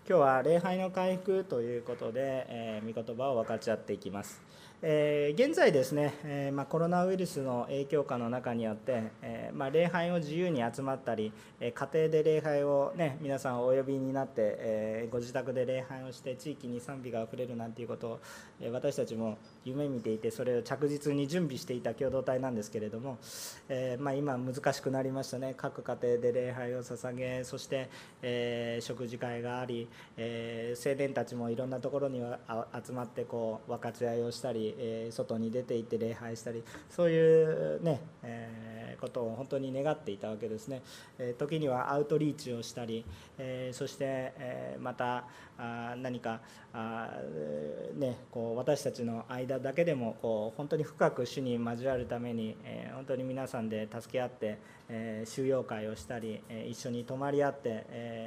今日は礼拝の回復ということで、御言葉を分かち合っていきます。現在ですね、コロナウイルスの影響下の中にあって、礼拝を自由に集まったり、家庭で礼拝を、皆さんお呼びになって、ご自宅で礼拝をして地域に賛美があふれるなんていうことを、私たちも夢見ていて、それを着実に準備していた共同体なんですけれども、今難しくなりましたね。各家庭で礼拝を捧げ、そして、食事会があり、青年たちもいろんなところに集まってこう分かち合いをしたり、外に出て行って礼拝したり、そういうね、ことを本当に願っていたわけですね。時にはアウトリーチをしたり、そして、また何かこう私たちの間だけでもこう本当に深く主に交わるために、本当に皆さんで助け合って、収容会をしたり、一緒に泊まり合って、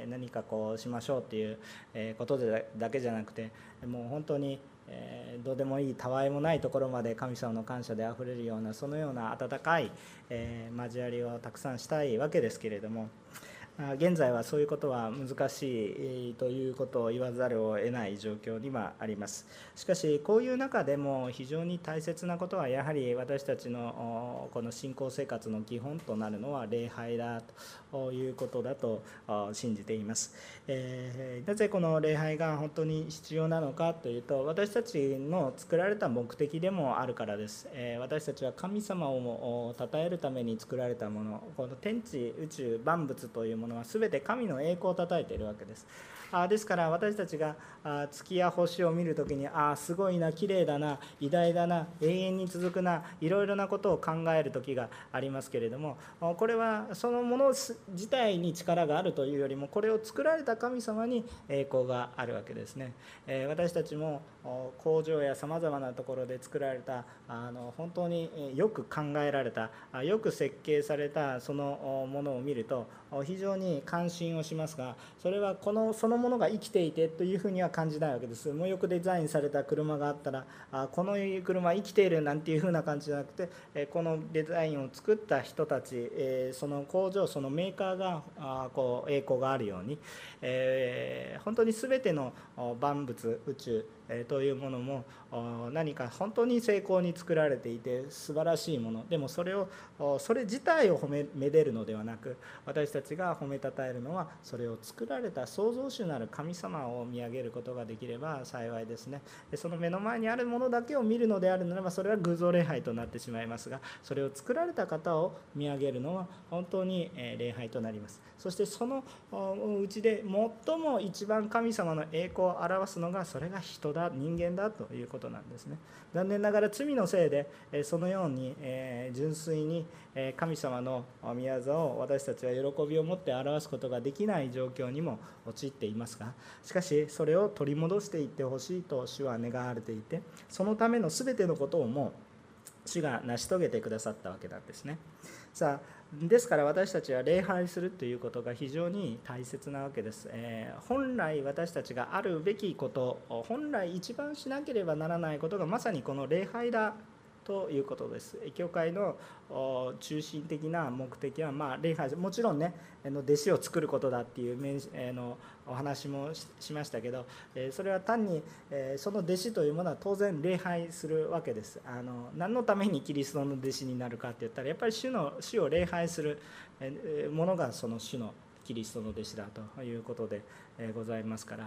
何かこうしましょうっていうことだけじゃなくて、もう本当にどうでもいいたわいもないところまで神様の感謝であふれるような、そのような温かい交わりをたくさんしたいわけですけれども、現在はそういうことは難しいということを言わざるを得ない状況にはあります。しかしこういう中でも非常に大切なことは、やはり私たちのこの信仰生活の基本となるのは礼拝だということだと信じています。なぜこの礼拝が本当に必要なのかというと、私たちの作られた目的でもあるからです。私たちは神様を称えるために作られたもの、この天地宇宙万物というものは全て神の栄光を称えているわけです。ですから私たちが月や星を見るときに、すごいな、綺麗だな、偉大だな、永遠に続くな、いろいろなことを考える時がありますけれども、これはそのもの自体に力があるというよりも、これを作られた神様に栄光があるわけですね。私たちも工場やさまざまなところで作られた本当によく考えられた、よく設計されたそのものを見ると非常に感心をしますが、それはそのものが生きていてというふうには感じないわけです。もうよくデザインされた車があったら、この車生きているなんていうふうな感じじゃなくて、このデザインを作った人たち、その工場、そのメーカーがこう栄光があるように、本当に全ての万物宇宙というものも何か本当に成功に作られていて素晴らしいものでも、それ自体をめでるのではなく、私たちが褒めたたえるのはそれを作られた創造主なる神様を見上げることができれば幸いですね。その目の前にあるものだけを見るのであるならば、それは偶像礼拝となってしまいますが、それを作られた方を見上げるのは本当に礼拝となります。そしてそのうちで最も一番神様の栄光を表すのが、それが人だ、人間だということなんですね。残念ながら罪のせいでそのように純粋に神様の御業を私たちは喜びを持って表すことができない状況にも陥っていますが、しかしそれを取り戻していってほしいと主は願われていて、そのための全てのことをもう主が成し遂げてくださったわけなんですね。さあ、ですから私たちは礼拝するということが非常に大切なわけです。本来私たちがあるべきこと、本来一番しなければならないことがまさにこの礼拝だということです。教会の中心的な目的は、礼拝、もちろんね、弟子を作ることだっていうお話もしましたけど、それは単にその弟子というものは当然礼拝するわけです。何のためにキリストの弟子になるかって言ったら、やっぱり主を礼拝するものがその主のキリストの弟子だということでございますから、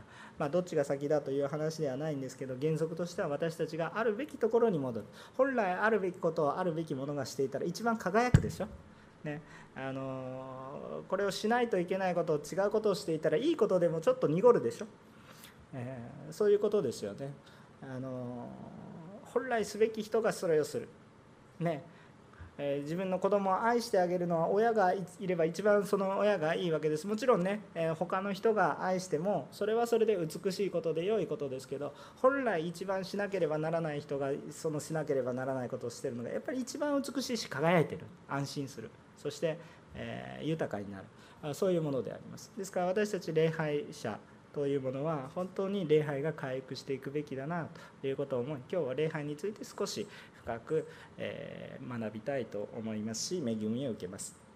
どっちが先だという話ではないんですけど、原則としては私たちがあるべきところに戻る。本来あるべきことをあるべきものがしていたら一番輝くでしょ。ね、これをしないといけないことを違うことをしていたら、いいことでもちょっと濁るでしょ。そういうことですよね。本来すべき人がそれをする。ね、自分の子供を愛してあげるのは親がいれば一番その親がいいわけです。もちろんね、他の人が愛してもそれはそれで美しいことで良いことですけど、本来一番しなければならない人がそのしなければならないことをしているのがやっぱり一番美しいし輝いている、安心する、そして、豊かになる、そういうものであります。ですから私たち礼拝者というものは本当に礼拝が回復していくべきだなということを思い、今日は礼拝について少し深く学びたいと思いますし、恵みを受けます。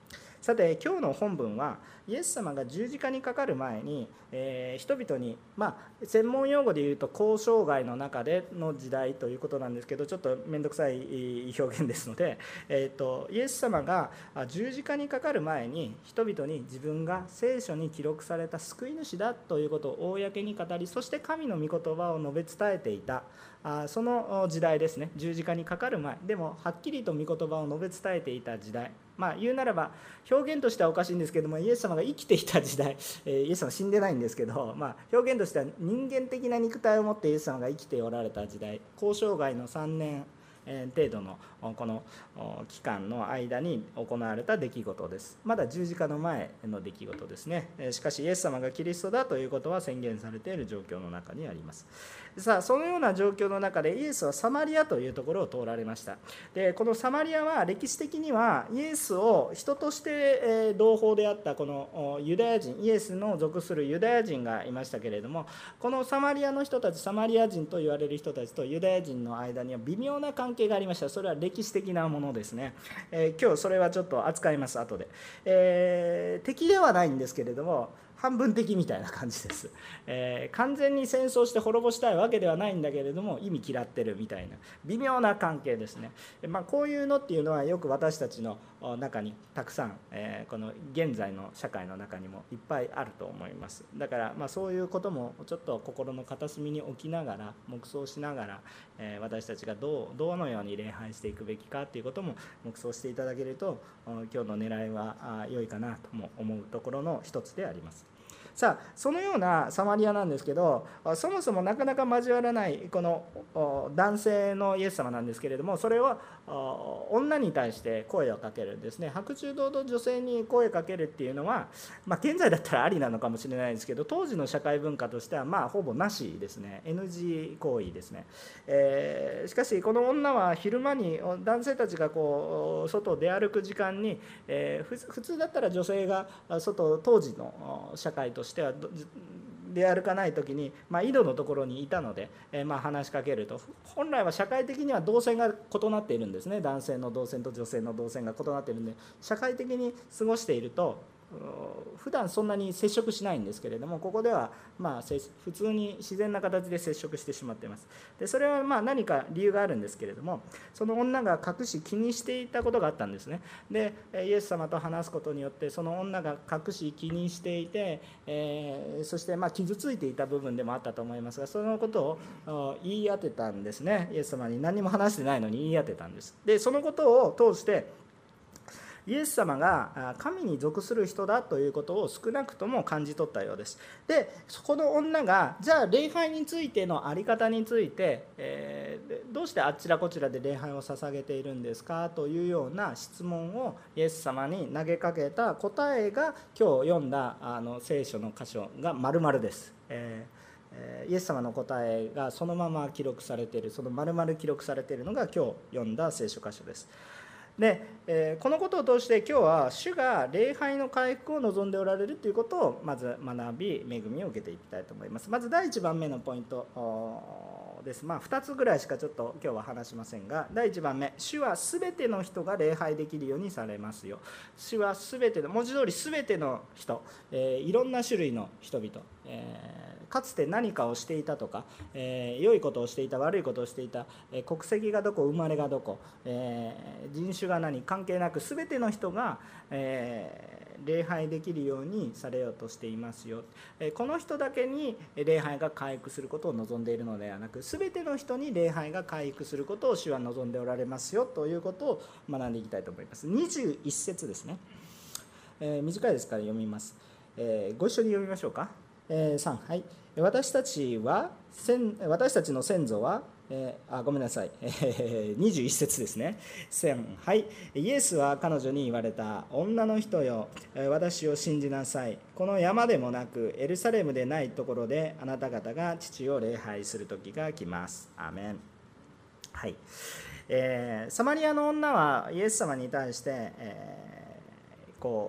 さて今日の本文はイエス様が十字架にかかる前に、人々に、専門用語で言うと交渉外の中での時代ということなんですけど、ちょっと面倒くさい表現ですので、イエス様が十字架にかかる前に人々に自分が聖書に記録された救い主だということを公に語り、そして神の御言葉を述べ伝えていた、その時代ですね。十字架にかかる前でもはっきりと御言葉を述べ伝えていた時代、言うならば表現としてはおかしいんですけども、イエス様が生きていた時代、イエス様は死んでないんですけど、表現としては人間的な肉体を持ってイエス様が生きておられた時代、交渉外の3年程度のこの期間の間に行われた出来事です。まだ十字架の前の出来事ですね。しかしイエス様がキリストだということは宣言されている状況の中にあります。さあ、そのような状況の中でイエスはサマリアというところを通られました。でこのサマリアは歴史的にはイエスを人として同胞であったこのユダヤ人、イエスの属するユダヤ人がいましたけれども、このサマリアの人たち、サマリア人と言われる人たちとユダヤ人の間には微妙な関係がありました。それは歴史的なものですね。今日それはちょっと扱います後で。敵ではないんですけれども、半分敵みたいな感じです。完全に戦争して滅ぼしたいわけではないんだけれども、意味嫌ってるみたいな微妙な関係ですね。こういうのっていうのはよく私たちの中にたくさん、この現在の社会の中にもいっぱいあると思います。だから、そういうこともちょっと心の片隅に置きながら、黙想しながら、私たちがどのように礼拝していくべきかということも黙想していただけると、今日の狙いは良いかなとも思うところの一つであります。さあ、そのようなサマリアなんですけど、そもそもなかなか交わらないこの男性のイエス様なんですけれども、それは女に対して声をかけるんですね。白昼堂々女性に声をかけるっていうのは、現在だったらありなのかもしれないですけど、当時の社会文化としてはほぼなしですね。 NG 行為ですね。しかしこの女は昼間に男性たちが外を出歩く時間に、普通だったら女性が当時の社会としては出歩かない時に、井戸のところにいたので、話しかけると、本来は社会的には動線が異なっているんですね。男性の動線と女性の動線が異なっているので、社会的に過ごしていると普段そんなに接触しないんですけれども、ここでは普通に自然な形で接触してしまっています。でそれは何か理由があるんですけれども、その女が隠し気にしていたことがあったんですね。でイエス様と話すことによって、その女が隠し気にしていて、そして傷ついていた部分でもあったと思いますが、そのことを言い当てたんですね。イエス様に何も話してないのに言い当てたんです。でそのことを通してイエス様が神に属する人だということを少なくとも感じ取ったようです。でそこの女が、じゃあ礼拝についての在り方について、どうしてあちらこちらで礼拝を捧げているんですかというような質問をイエス様に投げかけた答えが、今日読んだ聖書の箇所が丸々です。イエス様の答えがそのまま記録されている、その丸々記録されているのが今日読んだ聖書箇所です。でこのことを通して今日は主が礼拝の回復を望んでおられるということをまず学び、恵みを受けていきたいと思います。まず第1番目のポイントです。2つぐらいしかちょっと今日は話しませんが、第1番目、主はすべての人が礼拝できるようにされますよ。主はすべての、文字通りすべての人、いろんな種類の人々、かつて何かをしていたとか、良いことをしていた、悪いことをしていた、国籍がどこ、生まれがどこ、人種が何関係なく、全ての人が、礼拝できるようにされようとしていますよ。この人だけに礼拝が回復することを望んでいるのではなく、全ての人に礼拝が回復することを主は望んでおられますよということを学んでいきたいと思います。21節ですね。短いですから読みます。ご一緒に読みましょうか。3、はい。私たちの先祖は、ごめんなさい、21節ですね。はい。イエスは彼女に言われた。女の人よ、私を信じなさい。この山でもなくエルサレムでないところであなた方が父を礼拝する時が来ます。アーメン。はい。サマリアの女はイエス様に対して、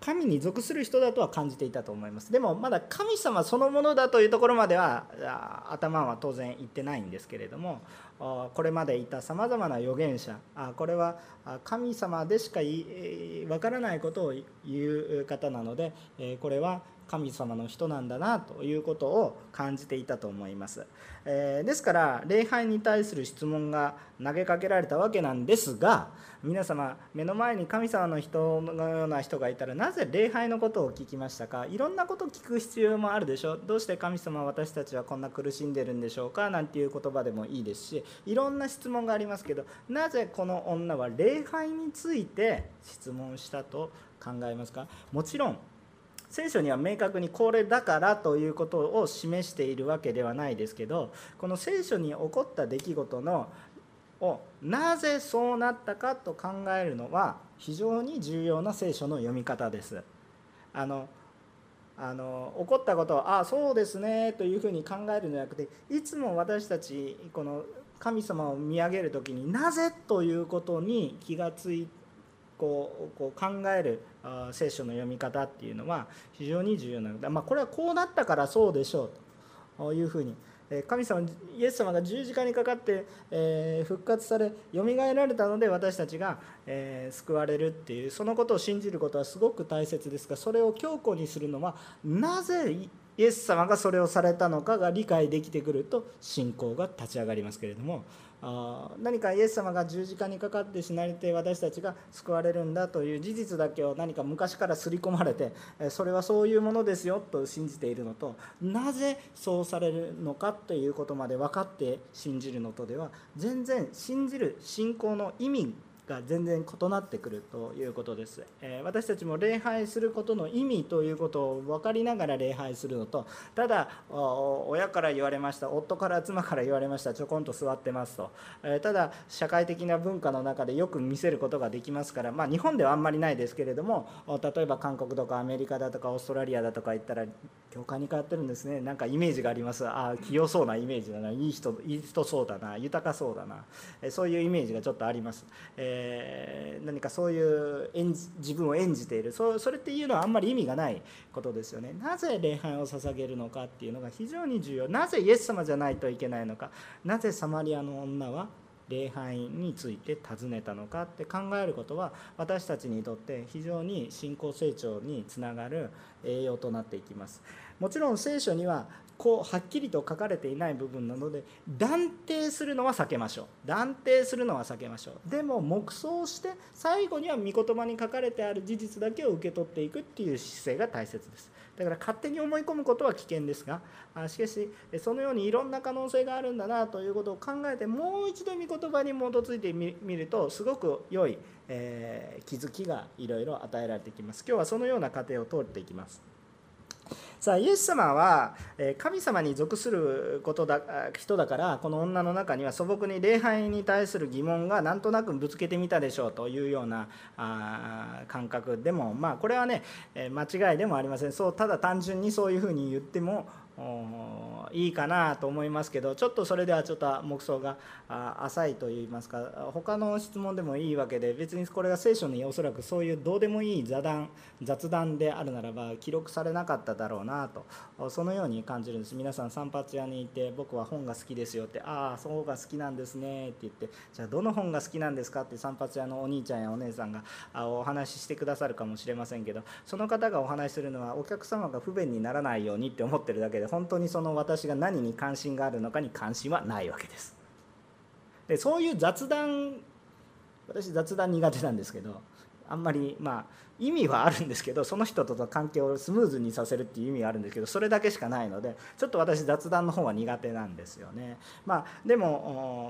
神に属する人だとは感じていたと思います。でもまだ神様そのものだというところまでは頭は当然いってないんですけれども、これまでいたさまざまな預言者、これは神様でしかわからないことを言う方なので、これは神様の人なんだなということを感じていたと思います。ですから礼拝に対する質問が投げかけられたわけなんですが、皆様目の前に神様の人のような人がいたらなぜ礼拝のことを聞きましたか。いろんなことを聞く必要もあるでしょう。どうして神様は私たちはこんな苦しんでるんでしょうかなんていう言葉でもいいですし、いろんな質問がありますけど、なぜこの女は礼拝について質問したと考えますか。もちろん聖書には明確にこれだからということを示しているわけではないですけど、この聖書に起こった出来事をなぜそうなったかと考えるのは非常に重要な聖書の読み方です。起こったことをそうですねというふうに考えるのではなくて、いつも私たちこの神様を見上げるときになぜということに気がついてこう考える聖書の読み方っていうのは非常に重要なので、これはこうなったからそうでしょうというふうに、神様イエス様が十字架にかかって、復活されよみがえられたので私たちが、救われるっていうそのことを信じることはすごく大切ですが、それを強固にするのはなぜイエス様がそれをされたのかが理解できてくると信仰が立ち上がりますけれども、何かイエス様が十字架にかかって死なれて私たちが救われるんだという事実だけを何か昔から刷り込まれて、それはそういうものですよと信じているのと、なぜそうされるのかということまで分かって信じるのとでは全然信じる信仰の意味が全然異なってくるということです。私たちも礼拝することの意味ということを分かりながら礼拝するのと、ただ親から言われました、夫から妻から言われました、ちょこんと座ってますと、ただ社会的な文化の中でよく見せることができますから、日本ではあんまりないですけれども、例えば韓国とかアメリカだとかオーストラリアだとか行ったら教会に通ってるんですね、なんかイメージがあります。清そうなイメージだな、いい人そうだな、豊かそうだな、そういうイメージがちょっとあります。何かそういう自分を演じている、それっていうのはあんまり意味がないことですよね。なぜ礼拝を捧げるのかっていうのが非常に重要。なぜイエス様じゃないといけないのか、なぜサマリアの女は礼拝について尋ねたのかって考えることは私たちにとって非常に信仰成長につながる栄養となっていきます。もちろん聖書にはこうはっきりと書かれていない部分なので断定するのは避けましょう。でも黙想して最後には御言葉に書かれてある事実だけを受け取っていくっていう姿勢が大切です。だから勝手に思い込むことは危険ですが、しかしそのようにいろんな可能性があるんだなということを考えてもう一度御言葉に基づいてみるとすごく良い、気づきがいろいろ与えられてきます。今日はそのような過程を通っていきます。さあイエス様は神様に属する人だから、この女の中には素朴に礼拝に対する疑問がなんとなくぶつけてみたでしょうというような感覚でも、これはね間違いでもありません。ただ単純にそういうふうに言ってもいいかなと思いますけど、ちょっとそれではちょっと黙想が浅いといいますか、他の質問でもいいわけで、別にこれが聖書におそらくそういうどうでもいい雑談であるならば記録されなかっただろうなと、そのように感じるんです。皆さん散髪屋にいて僕は本が好きですよって、そうが好きなんですねって言って、じゃあどの本が好きなんですかって散髪屋のお兄ちゃんやお姉さんがお話ししてくださるかもしれませんけど、その方がお話しするのはお客様が不便にならないようにって思ってるだけで、本当にその私が何に関心があるのかに関心はないわけです。でそういう雑談、私雑談苦手なんですけど、あんまり意味はあるんですけど、その人との関係をスムーズにさせるっていう意味はあるんですけど、それだけしかないのでちょっと私雑談の方は苦手なんですよね。でも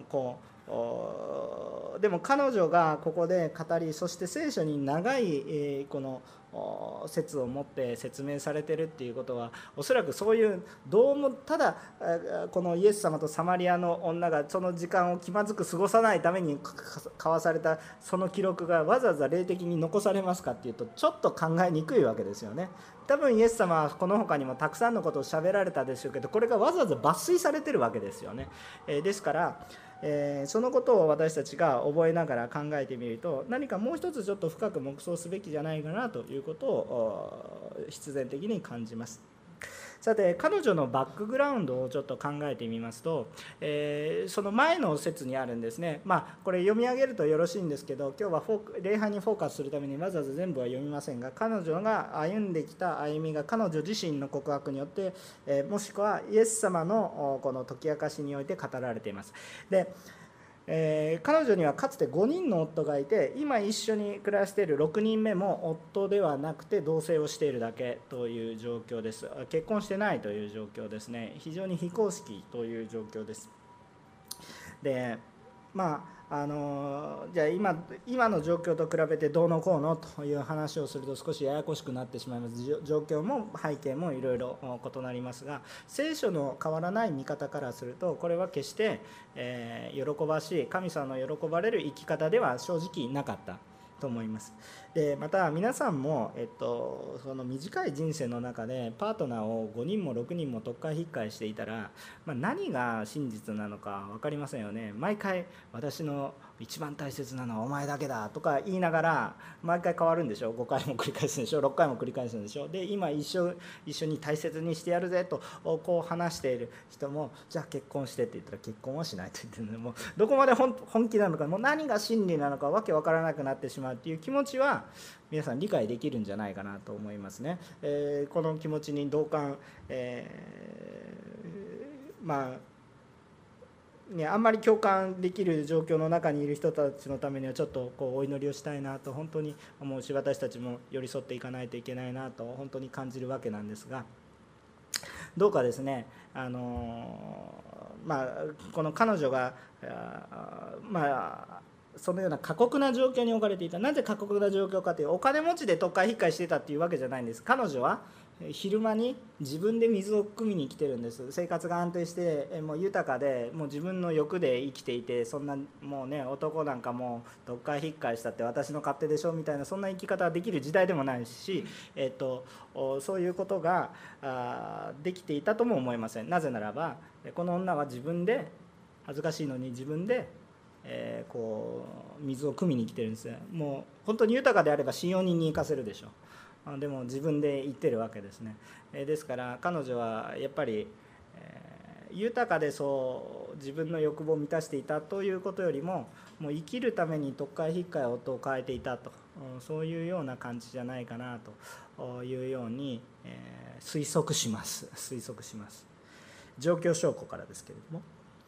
でも彼女がここで語り、そして聖書に長いこの説を持って説明されてるっていうことは、おそらくそういうどうもただこのイエス様とサマリアの女がその時間を気まずく過ごさないために交わされたその記録がわざわざ霊的に残されますかっていうとちょっと考えにくいわけですよね。 多分イエス様はこの他にもたくさんのことを喋られたでしょうけど、これがわざわざ抜粋されてるわけですよね。ですから、そのことを私たちが覚えながら考えてみると、何かもう一つちょっと深く黙想すべきじゃないかなということを必然的に感じます。さて、彼女のバックグラウンドをちょっと考えてみますと、その前の説にあるんですね。これ読み上げるとよろしいんですけど、今日は礼拝にフォーカスするためにわざわざ全部は読みませんが、彼女が歩んできた歩みが彼女自身の告白によって、もしくはイエス様のこの解き明かしにおいて語られています。で、彼女にはかつて5人の夫がいて、今一緒に暮らしている6人目も夫ではなくて同棲をしているだけという状況です。結婚してないという状況ですね。非常に非公式という状況です。で、じゃあ今の状況と比べてどうのこうのという話をすると少しややこしくなってしまいます。状況も背景もいろいろ異なりますが、聖書の変わらない見方からすると、これは決して、喜ばしい、神様の喜ばれる生き方では正直なかったと思います。でまた皆さんも、その短い人生の中でパートナーを5人も6人も取っ換え引っ換えしていたら、何が真実なのか分かりませんよね。毎回私の一番大切なのはお前だけだとか言いながら毎回変わるんでしょ。5回も繰り返すんでしょ。6回も繰り返すんでしょ。で今一緒に大切にしてやるぜとこう話している人も、じゃあ結婚してって言ったら結婚はしないと言ってるので、もうどこまで本気なのか、もう何が真理なのかわけわからなくなってしまうっていう気持ちは皆さん理解できるんじゃないかなと思いますね。この気持ちに同感、あんまり共感できる状況の中にいる人たちのためにはちょっとお祈りをしたいなと本当に思うし、私たちも寄り添っていかないといけないなと本当に感じるわけなんですが、どうかですね、この彼女がそのような過酷な状況に置かれていた。なぜ過酷な状況かという、お金持ちで取っ換え引っ換えしてたっていうわけじゃないんです。彼女は昼間に自分で水を汲みに来てるんです。生活が安定してもう豊かで、もう自分の欲で生きていて、そんなもうね、男なんかもう取っ換え引っ換えしたって私の勝手でしょみたいな、そんな生き方ができる時代でもないし、そういうことができていたとも思えません。なぜならばこの女は自分で、恥ずかしいのに自分で水を汲みに来てるんです。もう本当に豊かであれば信用人に行かせるでしょう。でも自分で行ってるわけですね。ですから彼女はやっぱり豊かでそう自分の欲望を満たしていたということよりも、もう生きるために取っ換え引っ換え夫を変えていたと、そういうような感じじゃないかなというように推測します。状況証拠からですけれども、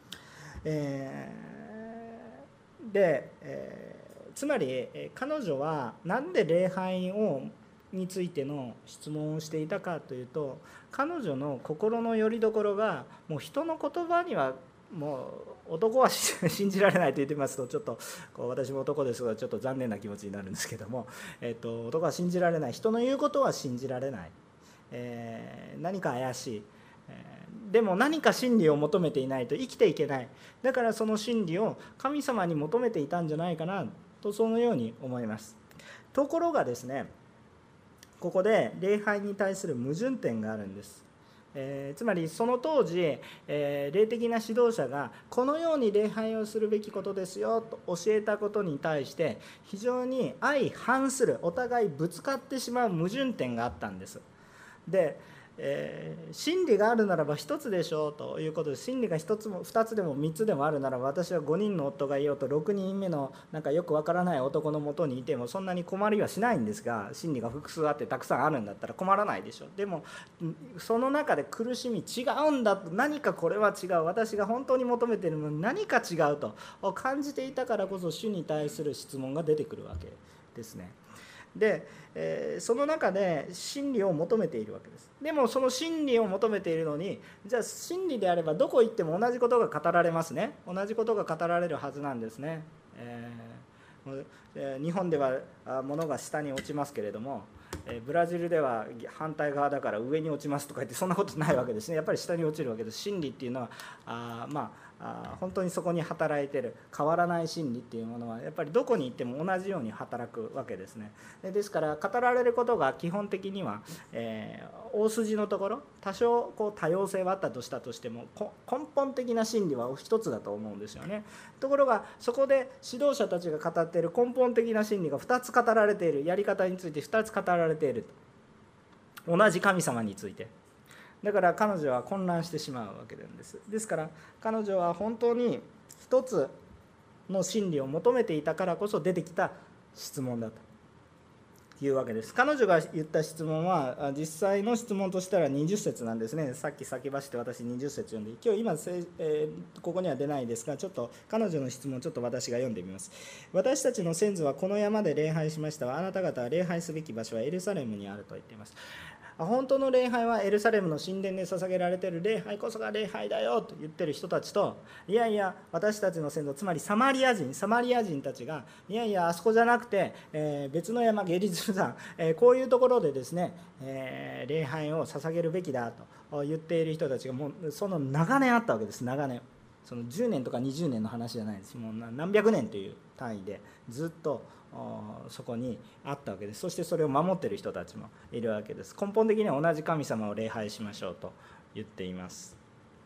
つまり彼女は何で礼拝についての質問をしていたかというと、彼女の心の拠り所がもう人の言葉にはもう男は信じられないと言ってみますと、ちょっと私も男ですがちょっと残念な気持ちになるんですけども、男は信じられない、人の言うことは信じられない、何か怪しい、でも何か真理を求めていないと生きていけない。だからその真理を神様に求めていたんじゃないかなと、そのように思います。ところがですね、ここで礼拝に対する矛盾点があるんです。つまりその当時、霊的な指導者がこのように礼拝をするべきことですよと教えたことに対して非常に相反する、お互いぶつかってしまう矛盾点があったんです。で真理があるならば一つでしょうということで、真理が一つも二つでも三つでもあるならば、私は5人の夫がいようと6人目のなんかよくわからない男のもとにいてもそんなに困りはしないんですが、真理が複数あってたくさんあるんだったら困らないでしょう。でもその中で苦しみ、違うんだと、何かこれは違う、私が本当に求めているのに何か違うと感じていたからこそ、主に対する質問が出てくるわけですね。でその中で真理を求めているわけです。でもその真理を求めているのに、じゃあ真理であればどこ行っても同じことが語られますね。同じことが語られるはずなんですね。日本では物が下に落ちますけれども、ブラジルでは反対側だから上に落ちますとか言って、そんなことないわけですね。やっぱり下に落ちるわけです。真理っていうのは本当にそこに働いている変わらない真理っていうものはやっぱりどこに行っても同じように働くわけですね。ですから語られることが基本的には、大筋のところ多少多様性はあったとしたとしても根本的な真理は一つだと思うんですよね。ところがそこで指導者たちが語っている根本的な真理が2つ語られている、やり方について2つ語られている、同じ神様について。だから彼女は混乱してしまうわけなんです。ですから彼女は本当に一つの真理を求めていたからこそ出てきた質問だというわけです。彼女が言った質問は実際の質問としたら20節なんですね。さっき先走って私20節読んで、今ここには出ないですが、ちょっと彼女の質問をちょっと私が読んでみます。私たちの先祖はこの山で礼拝しましたが、あなた方は礼拝すべき場所はエルサレムにあると言っています。本当の礼拝はエルサレムの神殿で捧げられている礼拝こそが礼拝だよと言ってる人たちと、いやいや私たちの先祖、つまりサマリア人たちが、いやいやあそこじゃなくて、別の山ゲリズル山、こういうところでですね、礼拝を捧げるべきだと言っている人たちがもうその長年あったわけです。長年、その10年とか20年の話じゃないです。もう何百年という単位でずっとそこにあったわけです。そしてそれを守っている人たちもいるわけです。根本的には同じ神様を礼拝しましょうと言っています。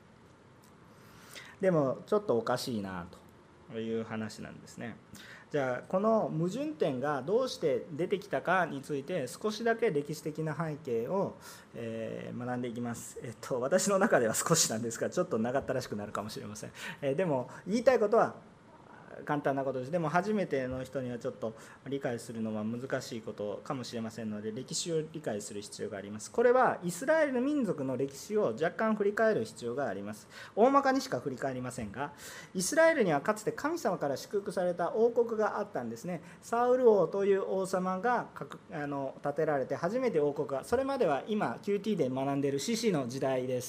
でもちょっとおかしいなという話なんですね。じゃあこの矛盾点がどうして出てきたかについて少しだけ歴史的な背景を学んでいきます。私の中では少しなんですがちょっと長ったらしくなるかもしれません。でも言いたいことは簡単なことです。でも初めての人にはちょっと理解するのは難しいことかもしれませんので、歴史を理解する必要があります。これはイスラエル民族の歴史を若干振り返る必要があります。大まかにしか振り返りませんが、イスラエルにはかつて神様から祝福された王国があったんですね。サウル王という王様が建てられて初めて王国が、それまでは今 QT で学んでいる獅子の時代です。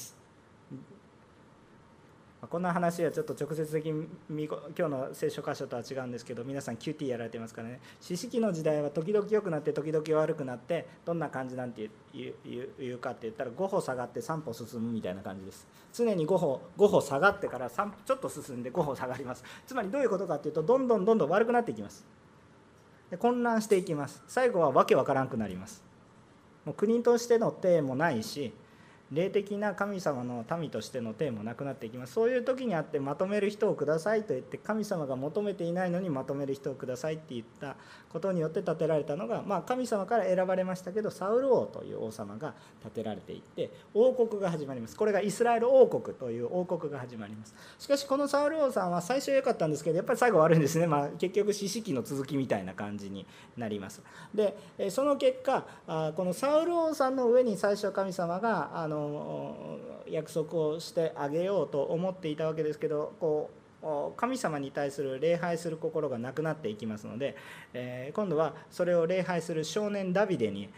こんな話はちょっと直接的に今日の聖書箇所とは違うんですけど、皆さん QT やられてますからね。四式の時代は時々良くなって時々悪くなって、どんな感じなんて言うかって言ったら5歩下がって3歩進むみたいな感じです。常に5歩下がってからちょっと進んで5歩下がります。つまりどういうことかっていうと、どんどん悪くなっていきます。で混乱していきます。最後はわけわからんくなります。もう国としての体もないし、霊的な神様の民としての体もなくなっていきます。そういう時にあって、まとめる人をくださいと言って、神様が求めていないのにまとめる人をくださいって言ったことによって建てられたのが、神様から選ばれましたけどサウル王という王様が建てられていって、王国が始まります。これがイスラエル王国という王国が始まります。しかしこのサウル王さんは最初は良かったんですけど、やっぱり最後悪いんですね。結局四式の続きみたいな感じになります。でその結果、このサウル王さんの上に最初神様が約束をしてあげようと思っていたわけですけど、神様に対する礼拝する心がなくなっていきますので、今度はそれを礼拝する少年ダビデに、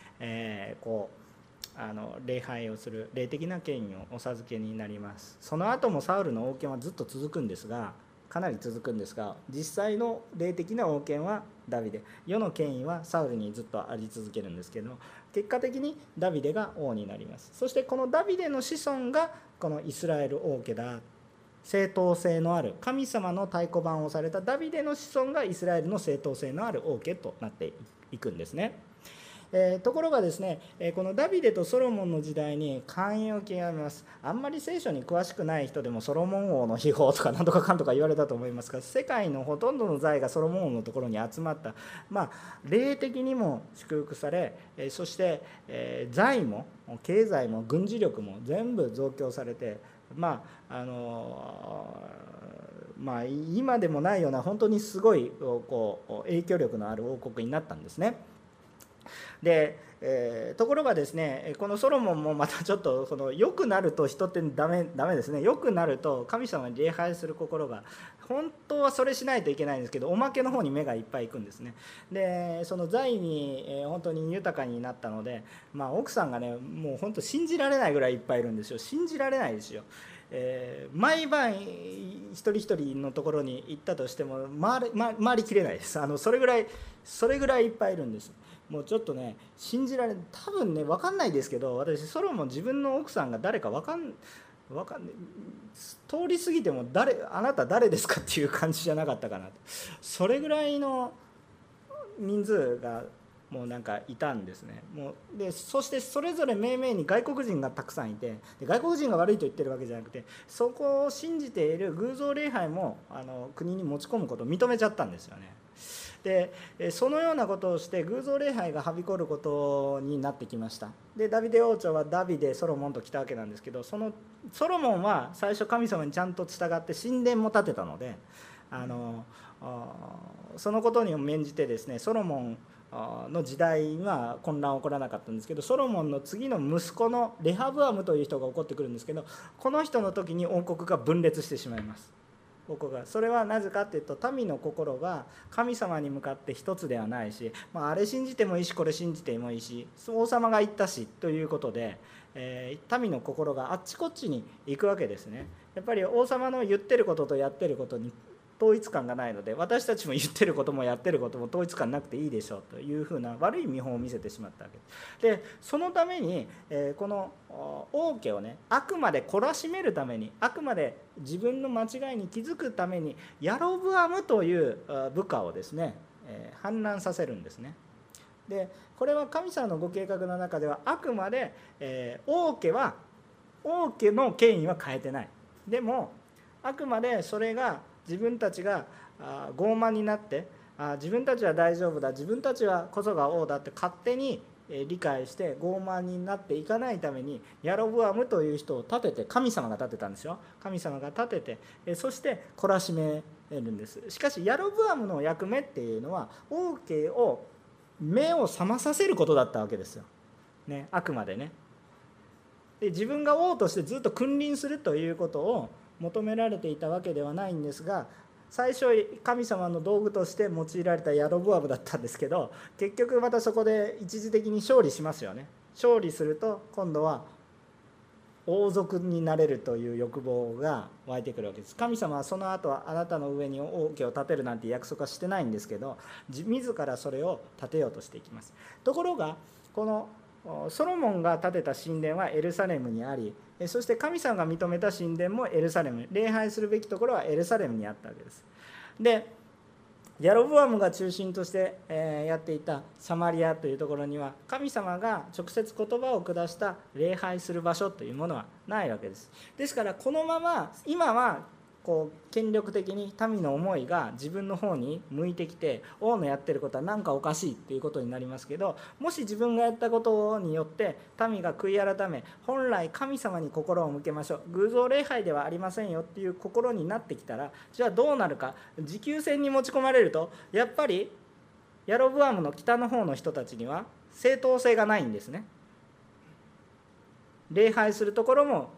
礼拝をする霊的な権威をお授けになります。その後もサウルの王権はずっと続くんですが、かなり続くんですが、実際の霊的な王権はダビデ、世の権威はサウルにずっとあり続けるんですけど、結果的にダビデが王になります。そしてこのダビデの子孫がこのイスラエル王家だ。正統性のある神様の太鼓判をされたダビデの子孫がイスラエルの正統性のある王家となっていくんですね。ところがですね、このダビデとソロモンの時代に寛容を極めます。あんまり聖書に詳しくない人でもソロモン王の秘宝とかなんとかかんとか言われたと思いますが、世界のほとんどの財がソロモン王のところに集まった。霊的にも祝福され、そして財も経済も軍事力も全部増強されて、今でもないような本当にすごい影響力のある王国になったんですね。でところがですね、このソロモンもまたちょっと良くなると人ってダメですね。良くなると神様に礼拝する心が、本当はそれしないといけないんですけど、おまけの方に目がいっぱいいくんですね。でその財に本当に豊かになったので、奥さんがね、もう本当信じられないぐらいいっぱいいるんですよ。信じられないですよ。毎晩一人一人のところに行ったとしても回りきれないです。それぐらいいっぱいいるんです。もうちょっとね、信じられ多分ね、分かんないですけど、私ソロモン自分の奥さんが誰か分わかんない通り過ぎてもあなた誰ですかっていう感じじゃなかったかなと。それぐらいの人数がもうなんかいたんですね。もうでそしてそれぞれ命名に外国人がたくさんいて、で外国人が悪いと言ってるわけじゃなくて、そこを信じている偶像礼拝も国に持ち込むことを認めちゃったんですよね。でそのようなことをして偶像礼拝がはびこることになってきました。でダビデ王朝はダビデソロモンと来たわけなんですけど、そのソロモンは最初神様にちゃんと従って神殿も建てたので、そのことに免じてですね、ソロモンの時代は混乱は起こらなかったんですけど、ソロモンの次の息子のレハブアムという人が起こってくるんですけど、この人の時に王国が分裂してしまいます。それはなぜかというと、民の心が神様に向かって一つではないし、あれ信じてもいいしこれ信じてもいいし、王様が言ったしということで、民の心があっちこっちに行くわけですね。やっぱり王様の言ってることとやってることに統一感がないので、私たちも言ってることもやってることも統一感なくていいでしょうというふうな悪い見本を見せてしまったわけです。でそのために、この王家をね、あくまで懲らしめるために、あくまで自分の間違いに気づくために、ヤロブアムという部下をですね、反乱させるんですね。でこれは神様のご計画の中ではあくまで、王家の権威は変えてない。でもあくまでそれが自分たちが傲慢になって、自分たちは大丈夫だ、自分たちはこそが王だって勝手に理解して傲慢になっていかないために、ヤロブアムという人を立てて、神様が立てたんですよ。神様が立てて、そして懲らしめるんです。しかしヤロブアムの役目っていうのは、王家を目を覚まさせることだったわけですよ、ね、あくまでね。で自分が王としてずっと君臨するということを求められていたわけではないんですが、最初神様の道具として用いられたヤロブアムだったんですけど、結局またそこで一時的に勝利しますよね。勝利すると今度は王族になれるという欲望が湧いてくるわけです。神様はその後はあなたの上に王家を建てるなんて約束はしてないんですけど、自らそれを建てようとしていきます。ところがこのソロモンが建てた神殿はエルサレムにあり、そして神様が認めた神殿もエルサレム、礼拝するべきところはエルサレムにあったわけです。でヤロブアムが中心としてやっていたサマリアというところには、神様が直接言葉を下した礼拝する場所というものはないわけです。ですからこのまま今は権力的に民の思いが自分の方に向いてきて、王のやってることは何かおかしいっていうことになりますけど、もし自分がやったことによって民が悔い改め、本来神様に心を向けましょう、偶像礼拝ではありませんよっていう心になってきたら、じゃあどうなるか。持久戦に持ち込まれると、やっぱりヤロブアムの北の方の人たちには正当性がないんですね。礼拝するところも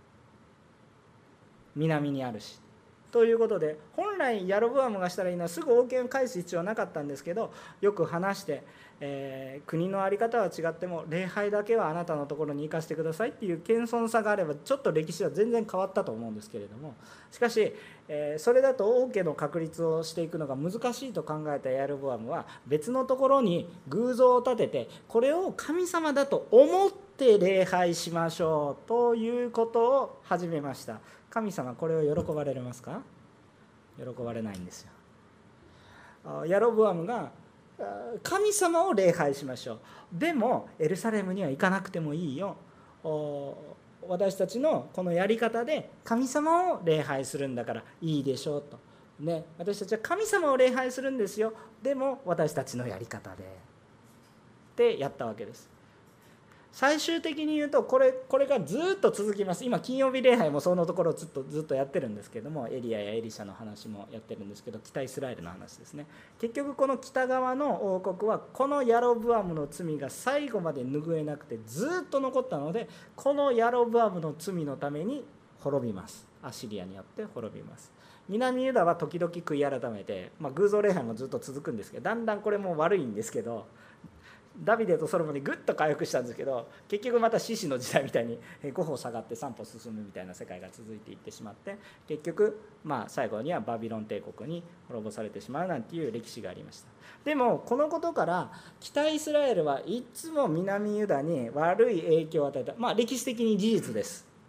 南にあるしということで、本来ヤロブアムがしたらいいのはすぐ王権を返す必要はなかったんですけど、よく話して、国の在り方は違っても礼拝だけはあなたのところに行かせてくださいっていう謙遜さがあれば、ちょっと歴史は全然変わったと思うんですけれども、しかし、それだと王家の確立をしていくのが難しいと考えたヤロブアムは、別のところに偶像を建てて、これを神様だと思って礼拝しましょうということを始めました。神様これを喜ばれますか？喜ばれないんですよ。ヤロブアムが神様を礼拝しましょう、でもエルサレムには行かなくてもいいよ、私たちのこのやり方で神様を礼拝するんだからいいでしょうと、ね、私たちは神様を礼拝するんですよ、でも私たちのやり方でってやったわけです。最終的に言うとこれがずっと続きます。今金曜日礼拝もそのところをずっとやってるんですけども、エリアやエリシャの話もやってるんですけど、北イスラエルの話ですね。結局この北側の王国はこのヤロブアムの罪が最後まで拭えなくてずっと残ったので、このヤロブアムの罪のために滅びます。アシリアによって滅びます。南ユダは時々悔い改めて、偶像礼拝もずっと続くんですけど、だんだんこれも悪いんですけど、ダビデとソロモンにぐっと回復したんですけど、結局また獅子の時代みたいに5歩下がって3歩進むみたいな世界が続いていってしまって、結局最後にはバビロン帝国に滅ぼされてしまうなんていう歴史がありました。でもこのことから北イスラエルはいつも南ユダに悪い影響を与えた、歴史的に事実です。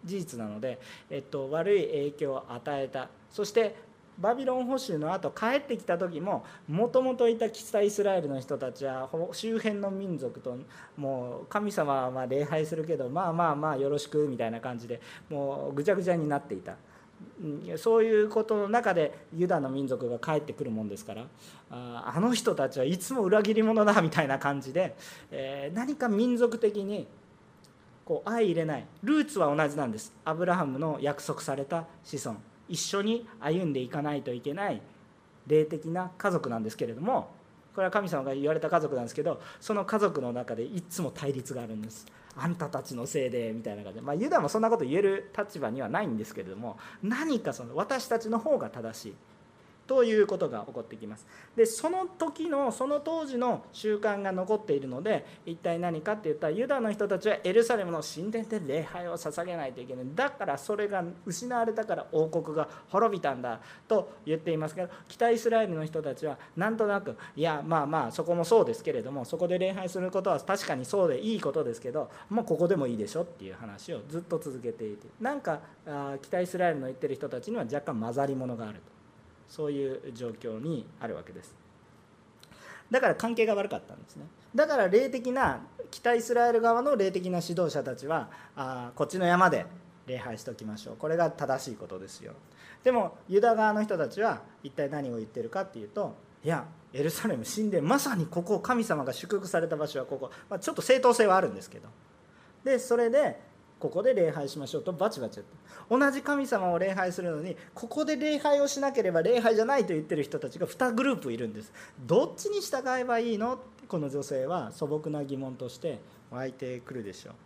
事実なので、悪い影響を与えた。そしてバビロン捕囚の後帰ってきた時も、もともといた北イスラエルの人たちは周辺の民族と、もう神様は礼拝するけど、まあまあまあよろしくみたいな感じで、もうぐちゃぐちゃになっていた。そういうことの中でユダの民族が帰ってくるもんですから、あの人たちはいつも裏切り者だみたいな感じで、何か民族的にこう相入れない。ルーツは同じなんです。アブラハムの約束された子孫、一緒に歩んでいかないといけない霊的な家族なんですけれども、これは神様が言われた家族なんですけど、その家族の中でいつも対立があるんです。あんたたちのせいでみたいな感じで、ユダもそんなこと言える立場にはないんですけれども、何かその私たちの方が正しいということが起こってきます。でその時のその当時の習慣が残っているので、一体何かっていったら、ユダの人たちはエルサレムの神殿で礼拝を捧げないといけない。だからそれが失われたから王国が滅びたんだと言っていますけど、北イスラエルの人たちはなんとなく、いやまあまあそこもそうですけれども、そこで礼拝することは確かにそうでいいことですけど、もうここでもいいでしょっていう話をずっと続けていて、なんか北イスラエルの言ってる人たちには若干混ざり物があると、そういう状況にあるわけです。だから関係が悪かったんですね。だから霊的な北イスラエル側の霊的な指導者たちは、こっちの山で礼拝しておきましょう、これが正しいことですよ。でもユダ側の人たちは一体何を言ってるかっていうと、いやエルサレム神殿、まさにここ、神様が祝福された場所はここ、ちょっと正当性はあるんですけど、でそれでここで礼拝しましょうとバチバチやって、同じ神様を礼拝するのに、ここで礼拝をしなければ礼拝じゃないと言ってる人たちが2グループいるんです。どっちに従えばいいのって、この女性は素朴な疑問として湧いてくるでしょう。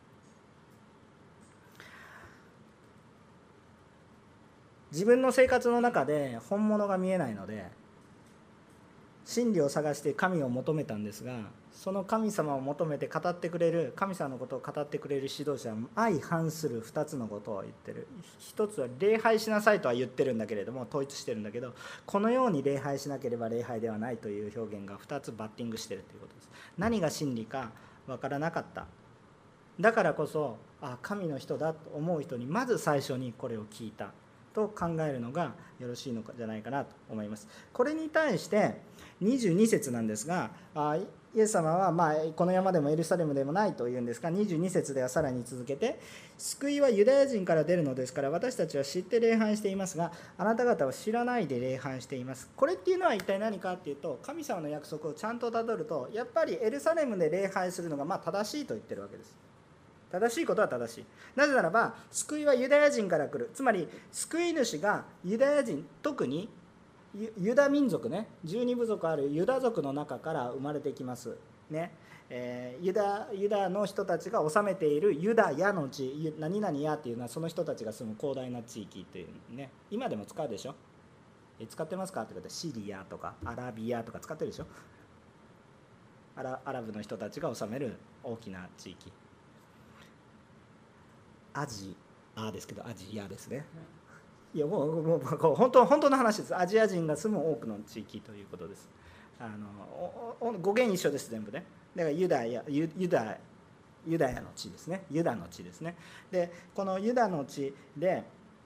自分の生活の中で本物が見えないので、真理を探して神を求めたんですが、その神様を求めて語ってくれる、神様のことを語ってくれる指導者は相反する2つのことを言ってる。一つは礼拝しなさいとは言ってるんだけれども、統一してるんだけど、このように礼拝しなければ礼拝ではないという表現が2つバッティングしてるということです。何が真理か分からなかった。だからこそ神の人だと思う人にまず最初にこれを聞いたと考えるのがよろしいのじゃないかなと思います。これに対して22節なんですが、イエス様はこの山でもエルサレムでもないというんですが、22節ではさらに続けて、救いはユダヤ人から出るのですから、私たちは知って礼拝していますが、あなた方は知らないで礼拝しています。これっていうのは一体何かっていうと、神様の約束をちゃんとたどると、やっぱりエルサレムで礼拝するのが正しいと言ってるわけです。正しいことは正しい。なぜならば救いはユダヤ人から来る。つまり救い主がユダヤ人、特にユダ民族ね、12部族あるユダ族の中から生まれてきますね。ユダの人たちが治めているユダヤの地、何々やっていうのはその人たちが住む広大な地域というね、今でも使うでしょ。使ってますかって言ってシリアとかアラビアとか使ってるでしょ。アラブの人たちが治める大きな地域、アジアですけどアジアですね。いやもう本当の話です。アジア人が住む多くの地域ということです。語源一緒です、全部ね。だからユダヤの地ですね。ユダの地ですね。でこのユダの地で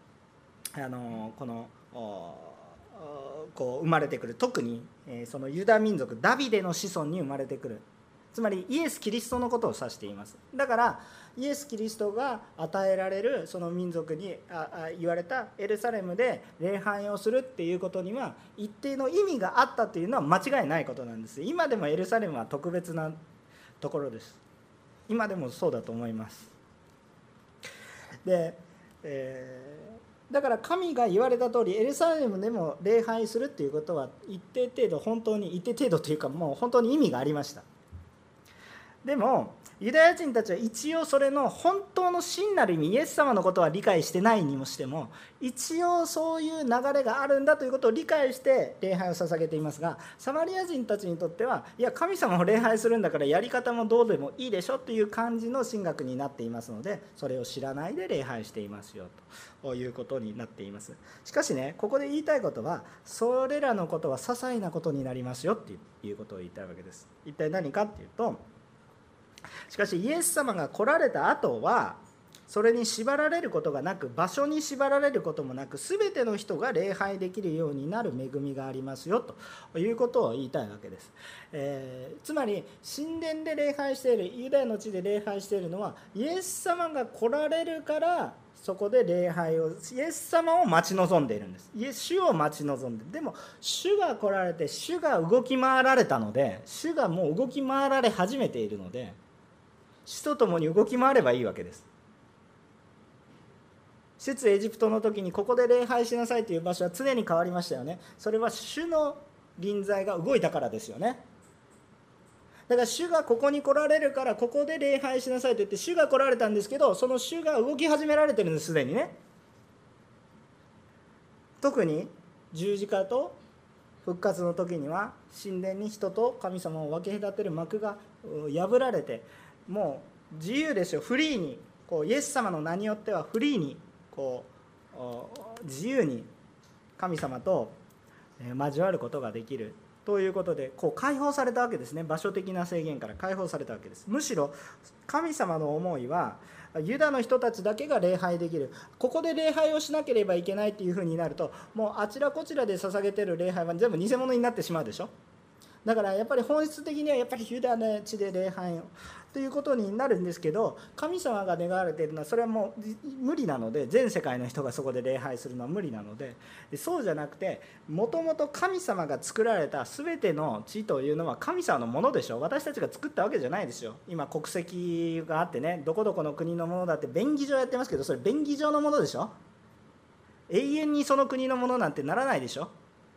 こう生まれてくる、特にそのユダ民族ダビデの子孫に生まれてくる、つまりイエス・キリストのことを指しています。だからイエス・キリストが与えられるその民族に言われたエルサレムで礼拝をするっていうことには一定の意味があったというのは間違いないことなんです。今でもエルサレムは特別なところです。今でもそうだと思います。で、だから神が言われた通りエルサレムでも礼拝するっていうことは一定程度というかもう本当に意味がありました。でもユダヤ人たちは一応それの本当の真なる意味、イエス様のことは理解してないにもしても、一応そういう流れがあるんだということを理解して礼拝を捧げていますが、サマリア人たちにとっては、いや神様を礼拝するんだからやり方もどうでもいいでしょという感じの神学になっていますので、それを知らないで礼拝していますよということになっています。しかしね、ここで言いたいことは、それらのことは些細なことになりますよということを言いたいわけです。一体何かっていうと、しかしイエス様が来られた後はそれに縛られることがなく、場所に縛られることもなく、すべての人が礼拝できるようになる恵みがありますよということを言いたいわけです。つまり神殿で礼拝している、ユダヤの地で礼拝しているのは、イエス様が来られるからそこで礼拝を、イエス様を待ち望んでいるんです。主を待ち望んで、でも主が来られて、主が動き回られたので、主がもう動き回られ始めているので、主と共に動き回ればいいわけです。出エジプトの時にここで礼拝しなさいという場所は常に変わりましたよね。それは主の臨在が動いたからですよね。だから主がここに来られるからここで礼拝しなさいと言って主が来られたんですけど、その主が動き始められてるんです、すでにね。特に十字架と復活の時には神殿に人と神様を分け隔てる幕が破られて、もう自由ですよ。フリーにイエス様の名によってはフリーに自由に神様と交わることができるということで、解放されたわけですね。場所的な制限から解放されたわけです。むしろ神様の思いはユダの人たちだけが礼拝できる、ここで礼拝をしなければいけないというふうになると、もうあちらこちらで捧げている礼拝は全部偽物になってしまうでしょ。だからやっぱり本質的にはやっぱりユダの地で礼拝をということになるんですけど、神様が願われているのはそれはもう無理なので、全世界の人がそこで礼拝するのは無理なので、そうじゃなくて、もともと神様が作られた全ての地というのは神様のものでしょ。私たちが作ったわけじゃないですよ。今国籍があってね、どこどこの国のものだって便宜上やってますけど、それ便宜上のものでしょ。永遠にその国のものなんてならないでしょ。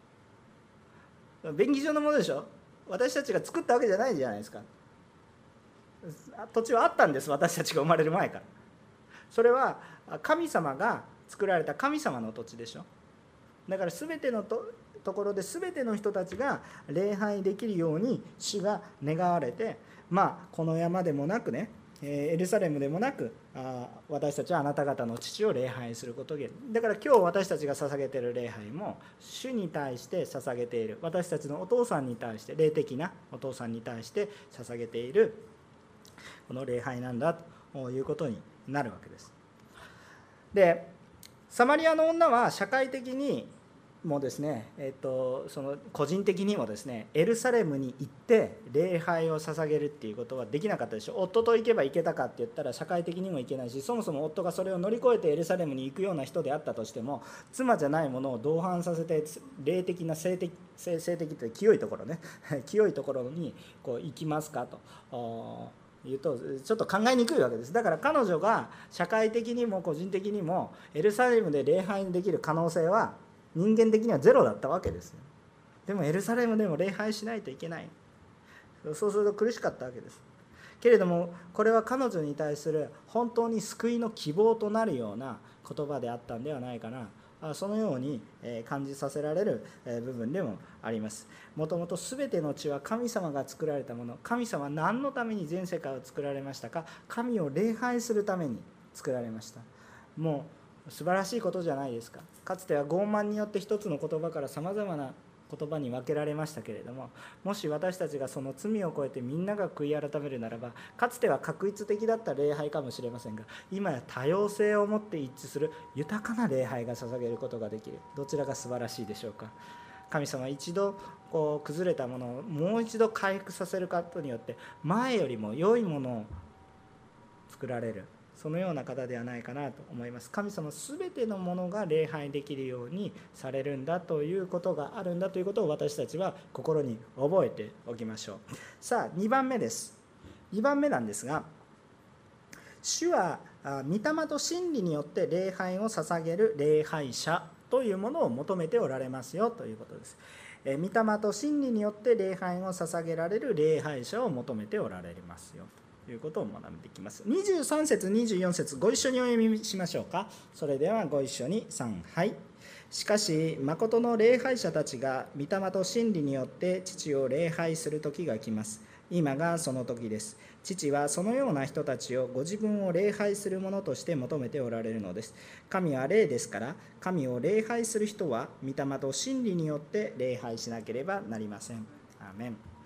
便宜上のものでしょ。私たちが作ったわけじゃないじゃないですか。土地はあったんです、私たちが生まれる前から。それは神様が作られた神様の土地でしょ。だから全てのところで全ての人たちが礼拝できるように主が願われて、この山でもなくね、エルサレムでもなく、私たちはあなた方の父を礼拝することで、だから今日私たちが捧げている礼拝も主に対して捧げている、私たちのお父さんに対して、霊的なお父さんに対して捧げているこの礼拝なんだということになるわけです。で、サマリアの女は社会的にもですね、その個人的にもですね、エルサレムに行って礼拝を捧げるっていうことはできなかったでしょ。夫と行けば行けたかって言ったら社会的にも行けないし、そもそも夫がそれを乗り越えてエルサレムに行くような人であったとしても、妻じゃないものを同伴させて霊的な性的って清いところね清いところに行きますかと言うとちょっと考えにくいわけです。だから彼女が社会的にも個人的にもエルサレムで礼拝にできる可能性は人間的にはゼロだったわけですよ。でもエルサレムでも礼拝しないといけない。そうすると苦しかったわけです。けれどもこれは彼女に対する本当に救いの希望となるような言葉であったんではないかな、そのように感じさせられる部分でもあります。もともと全ての地は神様が作られたもの。神様は何のために全世界を作られましたか。神を礼拝するために作られました。もう素晴らしいことじゃないですか。かつては傲慢によって一つの言葉からさまざまな言葉に分けられましたけれども、もし私たちがその罪を超えてみんなが悔い改めるならば、かつては画一的だった礼拝かもしれませんが、今や多様性を持って一致する豊かな礼拝が捧げることができる。どちらが素晴らしいでしょうか。神様は一度崩れたものをもう一度回復させることによって前よりも良いものを作られる、そのような方ではないかなと思います。神様すべてのものが礼拝できるようにされるんだということがあるんだということを私たちは心に覚えておきましょう。さあ2番目です。2番目なんですが、主は御霊と真理によって礼拝を捧げる礼拝者というものを求めておられますよということです。御霊と真理によって礼拝を捧げられる礼拝者を求めておられますよということを学んでいきます。23節24節ご一緒にお読みしましょうか。それではご一緒に3、はい。しかし誠の礼拝者たちが御霊と真理によって父を礼拝する時が来ます。今がその時です。父はそのような人たちをご自分を礼拝するものとして求めておられるのです。神は霊ですから、神を礼拝する人は御霊と真理によって礼拝しなければなりません。アーメン。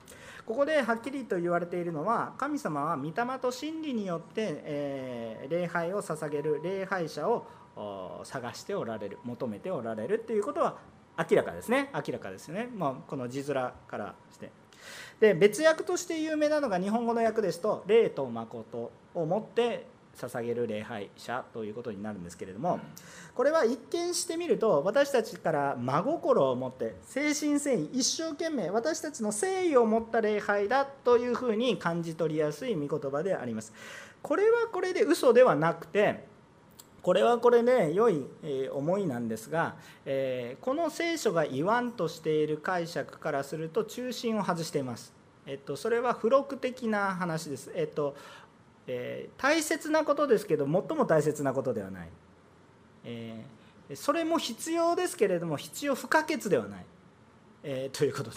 ここではっきりと言われているのは、神様は御霊と真理によって、礼拝を捧げる礼拝者を探しておられる、求めておられるということは明らかですね。明らかですね。この字面からして。で、別訳として有名なのが日本語の訳ですと、霊と誠をもって捧げる礼拝者ということになるんですけれども、これは一見してみると、私たちから真心を持って誠心誠意一生懸命私たちの誠意を持った礼拝だというふうに感じ取りやすい御言葉であります。これはこれで嘘ではなくて、これはこれで良い思いなんですが、この聖書が言わんとしている解釈からすると中心を外しています。それは付録的な話です。大切なことですけど、最も大切なことではない。それも必要ですけれども、必要不可欠ではない、ということです。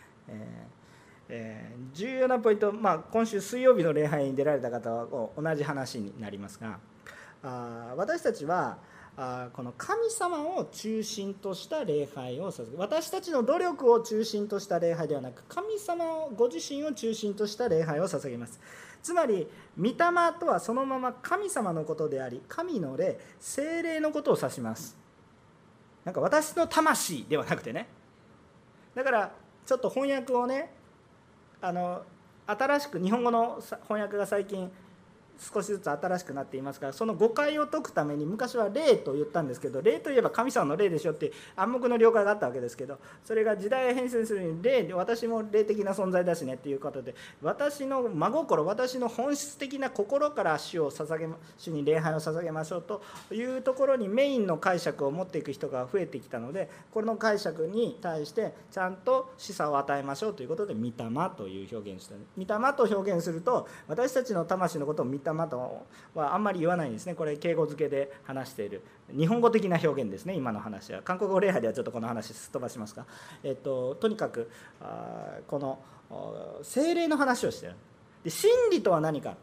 重要なポイント、今週水曜日の礼拝に出られた方は同じ話になりますが、私たちはこの神様を中心とした礼拝を捧げ、私たちの努力を中心とした礼拝ではなく、神様ご自身を中心とした礼拝を捧げます。つまり御霊とはそのまま神様のことであり、神の霊、聖霊のことを指します。なんか私の魂ではなくてね。だからちょっと翻訳をね、新しく日本語の翻訳が最近少しずつ新しくなっていますから、その誤解を解くために、昔は霊と言ったんですけど、霊といえば神様の霊でしょって暗黙の了解があったわけですけど、それが時代を変遷するに霊、私も霊的な存在だしねっていうことで、私の真心、私の本質的な心から主に礼拝を捧げましょうというところにメインの解釈を持っていく人が増えてきたので、この解釈に対してちゃんと示唆を与えましょうということで、御霊という表現をした。御霊と表現すると、私たちの魂のことを御霊とはあんまり言わないんですね。これ敬語付けで話している日本語的な表現ですね。今の話は韓国語礼拝ではちょっとこの話すっ飛ばしますが、とにかくこの聖霊の話をしている。で、真理とは何か。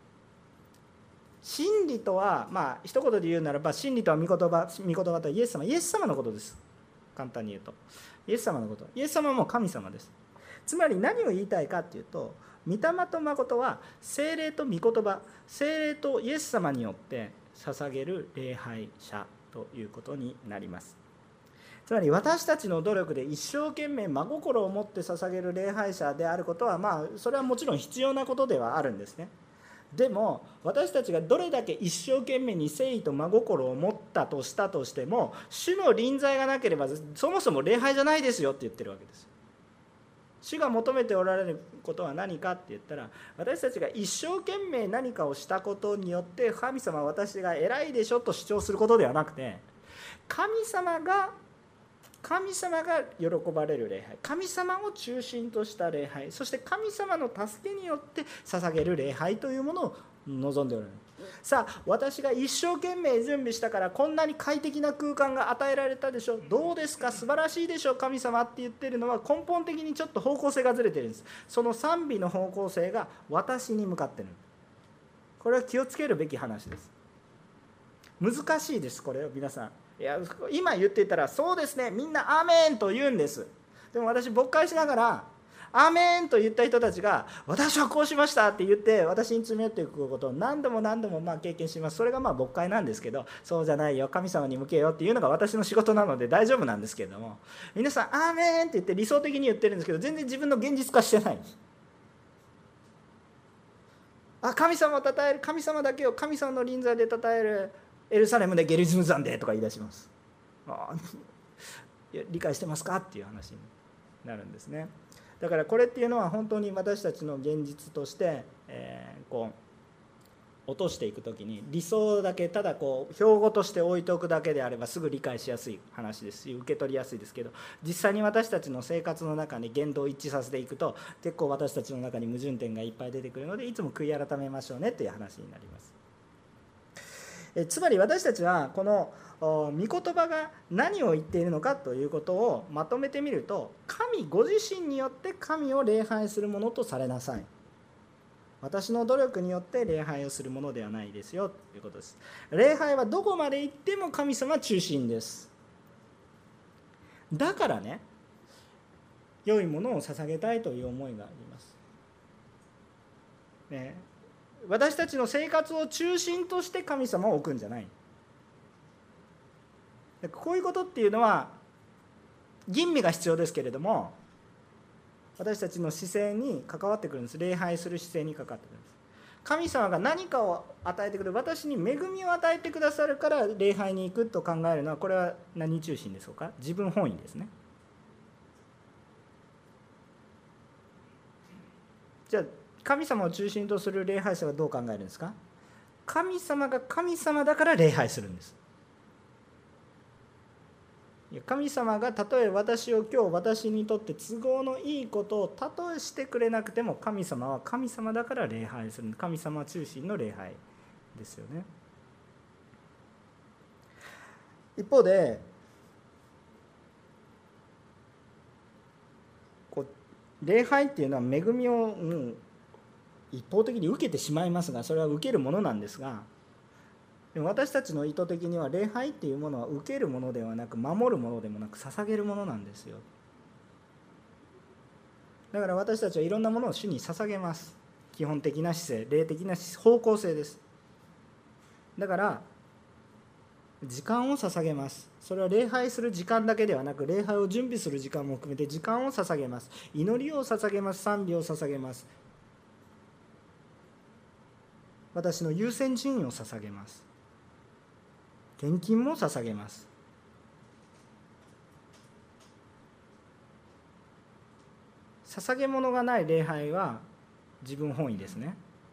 真理とは、一言で言うならば、真理とは御言葉とはイエス様のことです。簡単に言うとイエス様のこと。イエス様も神様です。つまり何を言いたいかというと、御霊と誠は聖霊と御言葉、聖霊とイエス様によって捧げる礼拝者ということになります。つまり私たちの努力で一生懸命真心を持って捧げる礼拝者であることは、それはもちろん必要なことではあるんですね。でも私たちがどれだけ一生懸命に誠意と真心を持ったとしたとしても、主の臨在がなければそもそも礼拝じゃないですよって言ってるわけです。主が求めておられることは何かって言ったら、私たちが一生懸命何かをしたことによって神様は私が偉いでしょと主張することではなくて、神様が喜ばれる礼拝、神様を中心とした礼拝、そして神様の助けによって捧げる礼拝というものを望んでおられる。さあ、私が一生懸命準備したからこんなに快適な空間が与えられたでしょ、どうですか、素晴らしいでしょ神様って言ってるのは、根本的にちょっと方向性がずれてるんです。その賛美の方向性が私に向かってる。これは気をつけるべき話です。難しいです。これを皆さん、今言っていたらそうですね、みんなアーメンと言うんです。でも私勃会しながらアーメンと言った人たちが、私はこうしましたって言って私に詰め寄っていくことを何度も経験します。それが勃会なんですけど、そうじゃないよ、神様に向けようっていうのが私の仕事なので大丈夫なんですけれども、皆さんアーメンって言って理想的に言ってるんですけど、全然自分の現実化してない。神様を称える、神様だけを神様の臨在で称える、エルサレムでゲリズム山でとか言い出します。理解してますかっていう話になるんですね。だからこれっていうのは本当に私たちの現実として、落としていくときに、理想だけただ標語として置いておくだけであればすぐ理解しやすい話ですし、受け取りやすいですけど、実際に私たちの生活の中に言動を一致させていくと、結構私たちの中に矛盾点がいっぱい出てくるので、いつも悔い改めましょうねという話になります。つまり私たちはこの御言葉が何を言っているのかということをまとめてみると、神ご自身によって神を礼拝するものとされなさい。私の努力によって礼拝をするものではないですよということです。礼拝はどこまで行っても神様中心です。だからね、 良いものを捧げたいという思いがあります、ね、私たちの生活を中心として神様を置くんじゃない。こういうことっていうのは吟味が必要ですけれども、私たちの姿勢に関わってくるんです。礼拝する姿勢に関わってくるんです。神様が何かを与えてくれる、私に恵みを与えてくださるから礼拝に行くと考えるのは、これは何中心でしょうか。自分本位ですね。じゃあ神様を中心とする礼拝者はどう考えるんですか。神様が神様だから礼拝するんです。神様がたとえ私を今日私にとって都合のいいことをたとえしてくれなくても、神様は神様だから礼拝する。神様中心の礼拝ですよね。一方で礼拝っていうのは恵みを、一方的に受けてしまいますが、それは受けるものなんですが、でも私たちの意図的には礼拝っていうものは受けるものではなく、守るものでもなく、捧げるものなんですよ。だから私たちはいろんなものを主に捧げます。基本的な姿勢、霊的な方向性です。だから時間を捧げます。それは礼拝する時間だけではなく、礼拝を準備する時間も含めて時間を捧げます。祈りを捧げます。賛美を捧げます。私の優先順位を捧げます。献金も捧げます。捧げ物がない礼拝は自分本位ですね。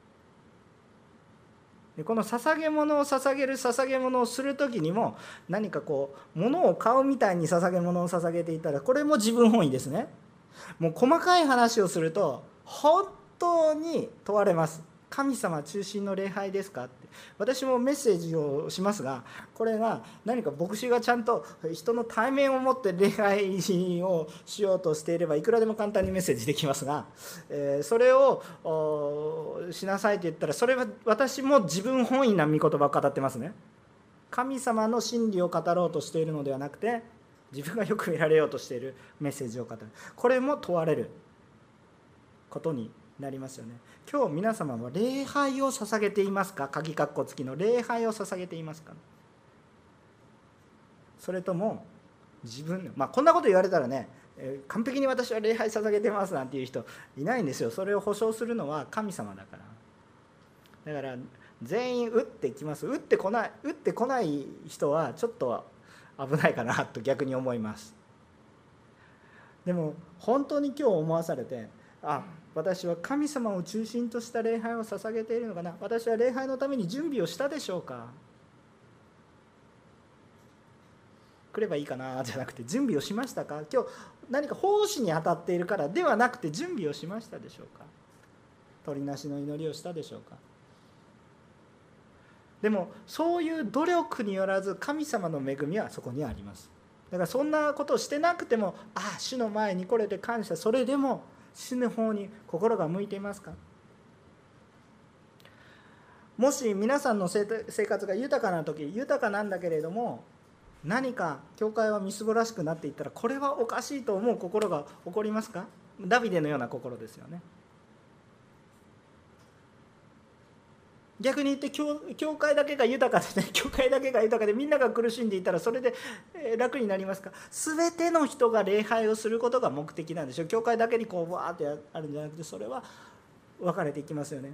でこの捧げ物を捧げ物をする時にも、何か物を買うみたいに捧げ物を捧げていたら、これも自分本位ですね。もう細かい話をすると本当に問われます。神様中心の礼拝ですかって。私もメッセージをしますが、これが何か牧師がちゃんと人の対面を持って礼拝をしようとしていれば、いくらでも簡単にメッセージできますが、それをしなさいと言ったら、それは私も自分本位な御言葉を語ってますね。神様の真理を語ろうとしているのではなくて、自分がよく見られようとしているメッセージを語る。これも問われることになりますよね。今日皆様は礼拝を捧げていますか。鍵括弧付きの礼拝を捧げていますか。それとも自分、こんなこと言われたらね、完璧に私は礼拝捧げてますなんていう人いないんですよ。それを保証するのは神様だから。だから全員打ってきます。打ってこない人はちょっと危ないかなと逆に思います。でも本当に今日思わされて、私は神様を中心とした礼拝を捧げているのかな。私は礼拝のために準備をしたでしょうか。来ればいいかなじゃなくて、準備をしましたか。今日何か奉仕に当たっているからではなくて、準備をしましたでしょうか。取りなしの祈りをしたでしょうか。でもそういう努力によらず、神様の恵みはそこにあります。だからそんなことをしてなくても、主の前に来れて感謝。それでも主の方に心が向いていますか。もし皆さんの生活が豊かな時、豊かなんだけれども、何か教会はみすぼらしくなっていったら、これはおかしいと思う心が起こりますか。ダビデのような心ですよね。逆に言って、教会だけが豊かでね、教会だけが豊かでみんなが苦しんでいたら、それで楽になりますか。全ての人が礼拝をすることが目的なんでしょう。教会だけにわーってあるんじゃなくて、それは分かれていきますよね。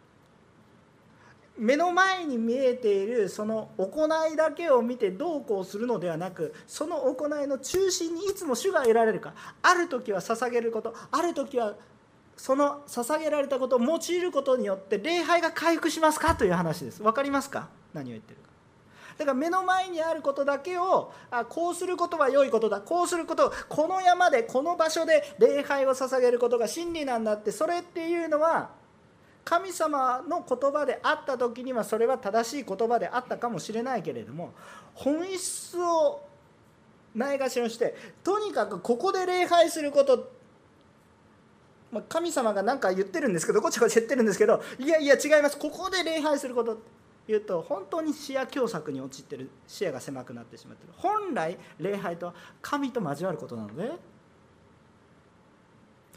目の前に見えているその行いだけを見てどうこうするのではなく、その行いの中心にいつも主が得られるか。ある時は捧げること、ある時はその捧げられたことを用いることによって礼拝が回復しますかという話です。分かりますか、何を言ってるか。だから目の前にあることだけを、こうすることは良いことだ、こうすること、この山でこの場所で礼拝を捧げることが真理なんだって、それっていうのは神様の言葉であった時にはそれは正しい言葉であったかもしれないけれども、本質をないがしろにして、とにかくここで礼拝すること、神様が何か言ってるんですけど、こっちこっち言ってるんですけど、いやいや違います、ここで礼拝することって言うと、本当に視野狭窄に陥ってる。視野が狭くなってしまっている。本来礼拝とは神と交わることなので、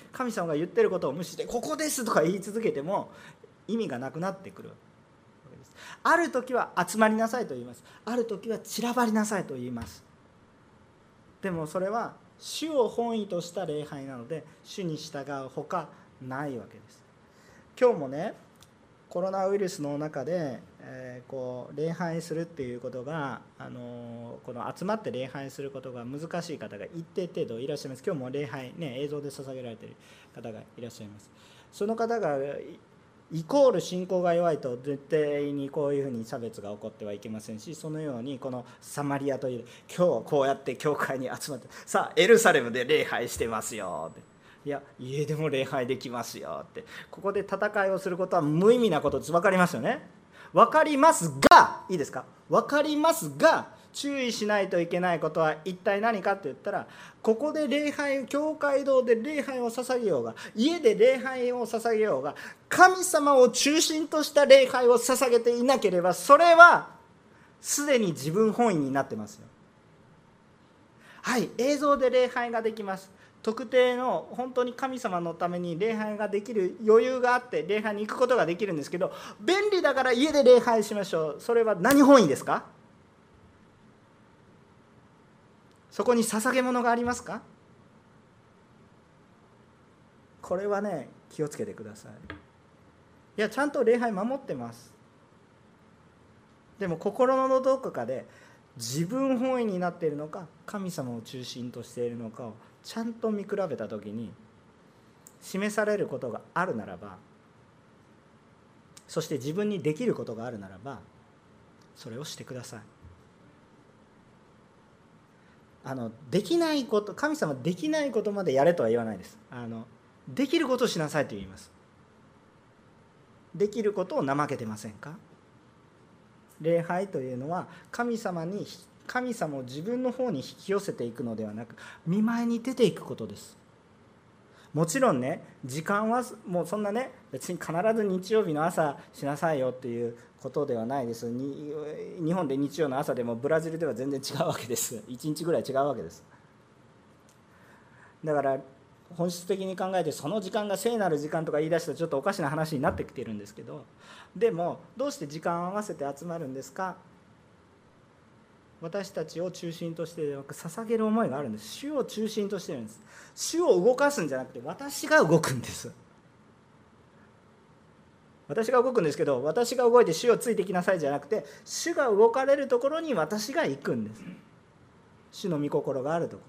神様が言ってることを無視してここですとか言い続けても意味がなくなってくるわけです。ある時は集まりなさいと言います。ある時は散らばりなさいと言います。でもそれは主を本意とした礼拝なので、主に従うほかないわけです。今日もね、コロナウイルスの中で、礼拝するっていうことが、この集まって礼拝することが難しい方が一定程度いらっしゃいます。今日も礼拝、映像で捧げられている方がいらっしゃいます。その方がイコール信仰が弱いと絶対にこういうふうに差別が起こってはいけませんし、そのようにこのサマリアという今日こうやって教会に集まってさあエルサレムで礼拝してますよって、いや家でも礼拝できますよって、ここで戦いをすることは無意味なことです。分かりますよね。分かりますが、いいですか、分かりますが注意しないといけないことは一体何かって言ったら、ここで礼拝、教会堂で礼拝を捧げようが、家で礼拝を捧げようが、神様を中心とした礼拝を捧げていなければ、それはすでに自分本位になってますよ。はい、映像で礼拝ができます。特定の本当に神様のために礼拝ができる余裕があって礼拝に行くことができるんですけど、便利だから家で礼拝しましょう。それは何本位ですか？そこに捧げ物がありますか？これはね、気をつけてください。いや、ちゃんと礼拝守ってます。でも心のどこかで自分本位になっているのか、神様を中心としているのかをちゃんと見比べたときに、示されることがあるならば、そして自分にできることがあるならば、それをしてください。できないこと、神様できないことまでやれとは言わないです。できることをしなさいと言います。できることを怠けてませんか？礼拝というのは神様を自分の方に引き寄せていくのではなく、御前に出ていくことです。もちろんね、時間はもうそんなね、別に必ず日曜日の朝しなさいよっていうことではないです。日本で日曜の朝でもブラジルでは全然違うわけです。1日ぐらい違うわけです。だから本質的に考えて、その時間が聖なる時間とか言い出したらちょっとおかしな話になってきてるんですけど、でもどうして時間を合わせて集まるんですか？私たちを中心としてではなく、捧げる思いがあるんです。主を中心としているんです。主を動かすんじゃなくて、私が動くんです。私が動くんですけど、私が動いて主をついてきなさいじゃなくて、主が動かれるところに私が行くんです。主の御心があるとこ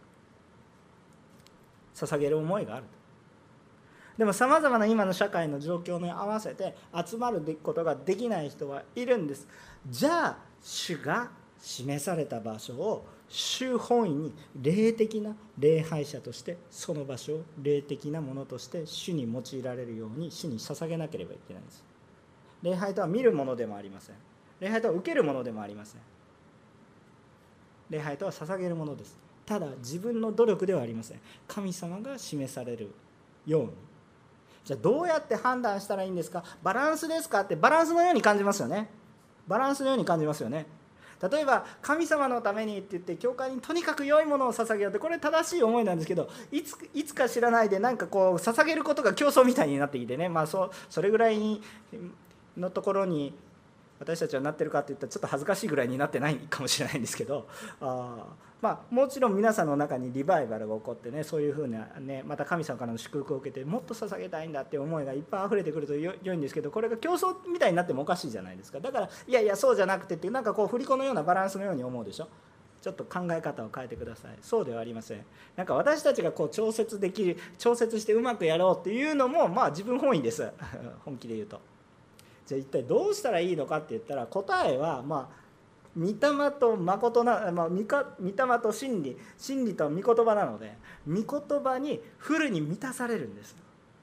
ろ、捧げる思いがあると。でもさまざまな今の社会の状況に合わせて集まることができない人はいるんです。じゃあ主が示された場所を主本位に霊的な礼拝者として、その場所を霊的なものとして主に用いられるように主に捧げなければいけないんです。礼拝とは見るものでもありません。礼拝とは受けるものでもありません。礼拝とは捧げるものです。ただ自分の努力ではありません。神様が示されるように。じゃあどうやって判断したらいいんですか？バランスですかって、バランスのように感じますよね。バランスのように感じますよね。例えば神様のためにって言って教会にとにかく良いものを捧げようって、これ正しい思いなんですけど、いつか知らないでなんかこう捧げることが競争みたいになってきてね、それぐらいのところに私たちはなってるかっていったらちょっと恥ずかしいぐらいになってないかもしれないんですけど、もちろん皆さんの中にリバイバルが起こってね、そういうふうなね、また神様からの祝福を受けてもっと捧げたいんだっていう思いがいっぱい溢れてくると良いんですけど、これが競争みたいになってもおかしいじゃないですか。だからいやそうじゃなくてっていう、なんかこう振り子のようなバランスのように思うでしょ。ちょっと考え方を変えてください。そうではありません。なんか私たちがこう調節してうまくやろうっていうのも自分本位です本気で言うと。じゃあ一体どうしたらいいのかって言ったら、答えは御霊と誠な、御霊と真理と御言葉なので、御言葉にフルに満たされるんです。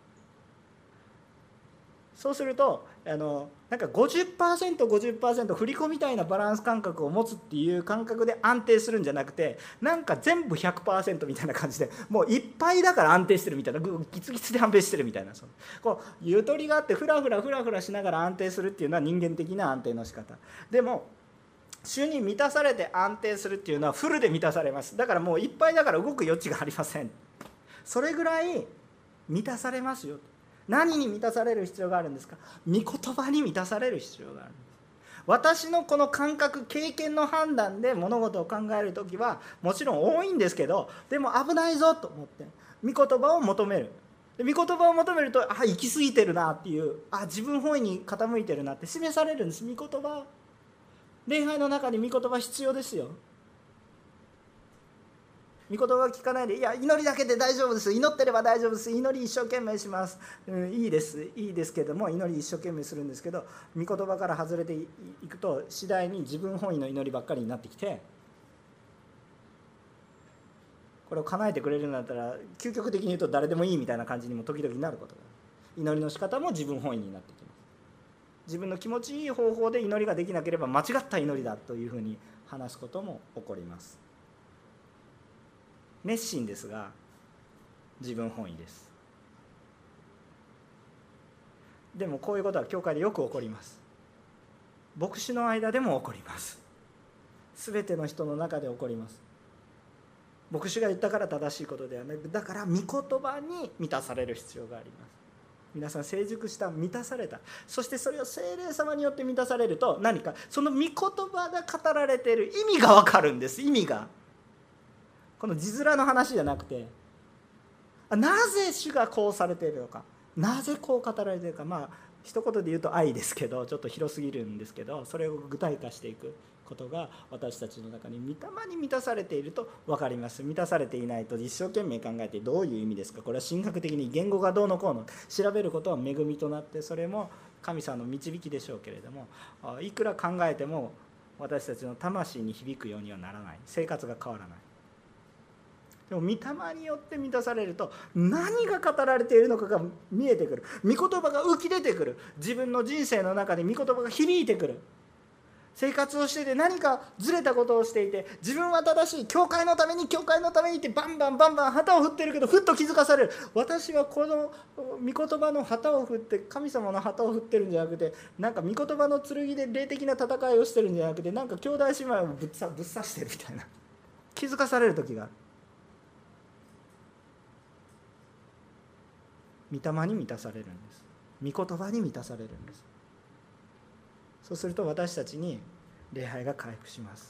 そうするとなんか 50%50% 振り子みたいなバランス感覚を持つっていう感覚で安定するんじゃなくて、なんか全部 100% みたいな感じで、もういっぱいだから安定してるみたいな、ギツギツで安定してるみたいな、こうゆとりがあってフラフラしながら安定するっていうのは人間的な安定の仕方でも、主に満たされて安定するっていうのはフルで満たされます。だからもういっぱいだから動く余地がありません。それぐらい満たされますよ。何に満たされる必要があるんですか？御言葉に満たされる必要があるんです。私のこの感覚、経験の判断で物事を考えるときはもちろん多いんですけど、でも危ないぞと思って御言葉を求める。御言葉を求めると、行き過ぎてるなっていう、自分本位に傾いてるなって示されるんです。御言葉、礼拝の中に御言葉必要ですよ。御言葉を聞かないで、いや祈りだけで大丈夫です、祈ってれば大丈夫です、祈り一生懸命します、いいですけども、祈り一生懸命するんですけど、御言葉から外れていくと次第に自分本位の祈りばっかりになってきて、これを叶えてくれるんだったら究極的に言うと誰でもいいみたいな感じにも時々なることがある。祈りの仕方も自分本位になってきます。自分の気持ちいい方法で祈りができなければ間違った祈りだというふうに話すことも起こります。熱心ですが自分本位です。でもこういうことは教会でよく起こります。牧師の間でも起こります。すべての人の中で起こります。牧師が言ったから正しいことではなく、だから御言葉に満たされる必要があります。皆さん成熟した、満たされた、そしてそれを聖霊様によって満たされると、何かその御言葉が語られている意味が分かるんです。意味がこの字面の話じゃなくて、なぜ主がこうされているのか、なぜこう語られているか、一言で言うと愛ですけど、ちょっと広すぎるんですけど、それを具体化していくことが私たちの中に御霊に満たされていると分かります。満たされていないと一生懸命考えてどういう意味ですか、これは神学的に言語がどうのこうの調べることは恵みとなって、それも神様の導きでしょうけれども、いくら考えても私たちの魂に響くようにはならない。生活が変わらない。でも御霊によって満たされると、何が語られているのかが見えてくる。御言葉が浮き出てくる。自分の人生の中に御言葉が響いてくる。生活をしていて何かずれたことをしていて、自分は正しい、教会のためにってバンバン旗を振ってるけど、ふっと気づかされる。私はこの御言葉の旗を振って、神様の旗を振ってるんじゃなくて、なんか御言葉の剣で霊的な戦いをしてるんじゃなくて、なんか兄弟姉妹をぶっ刺してるみたいな、気づかされる時がある。御霊に満たされるんです。御言葉に満たされるんです。そうすると私たちに礼拝が回復します。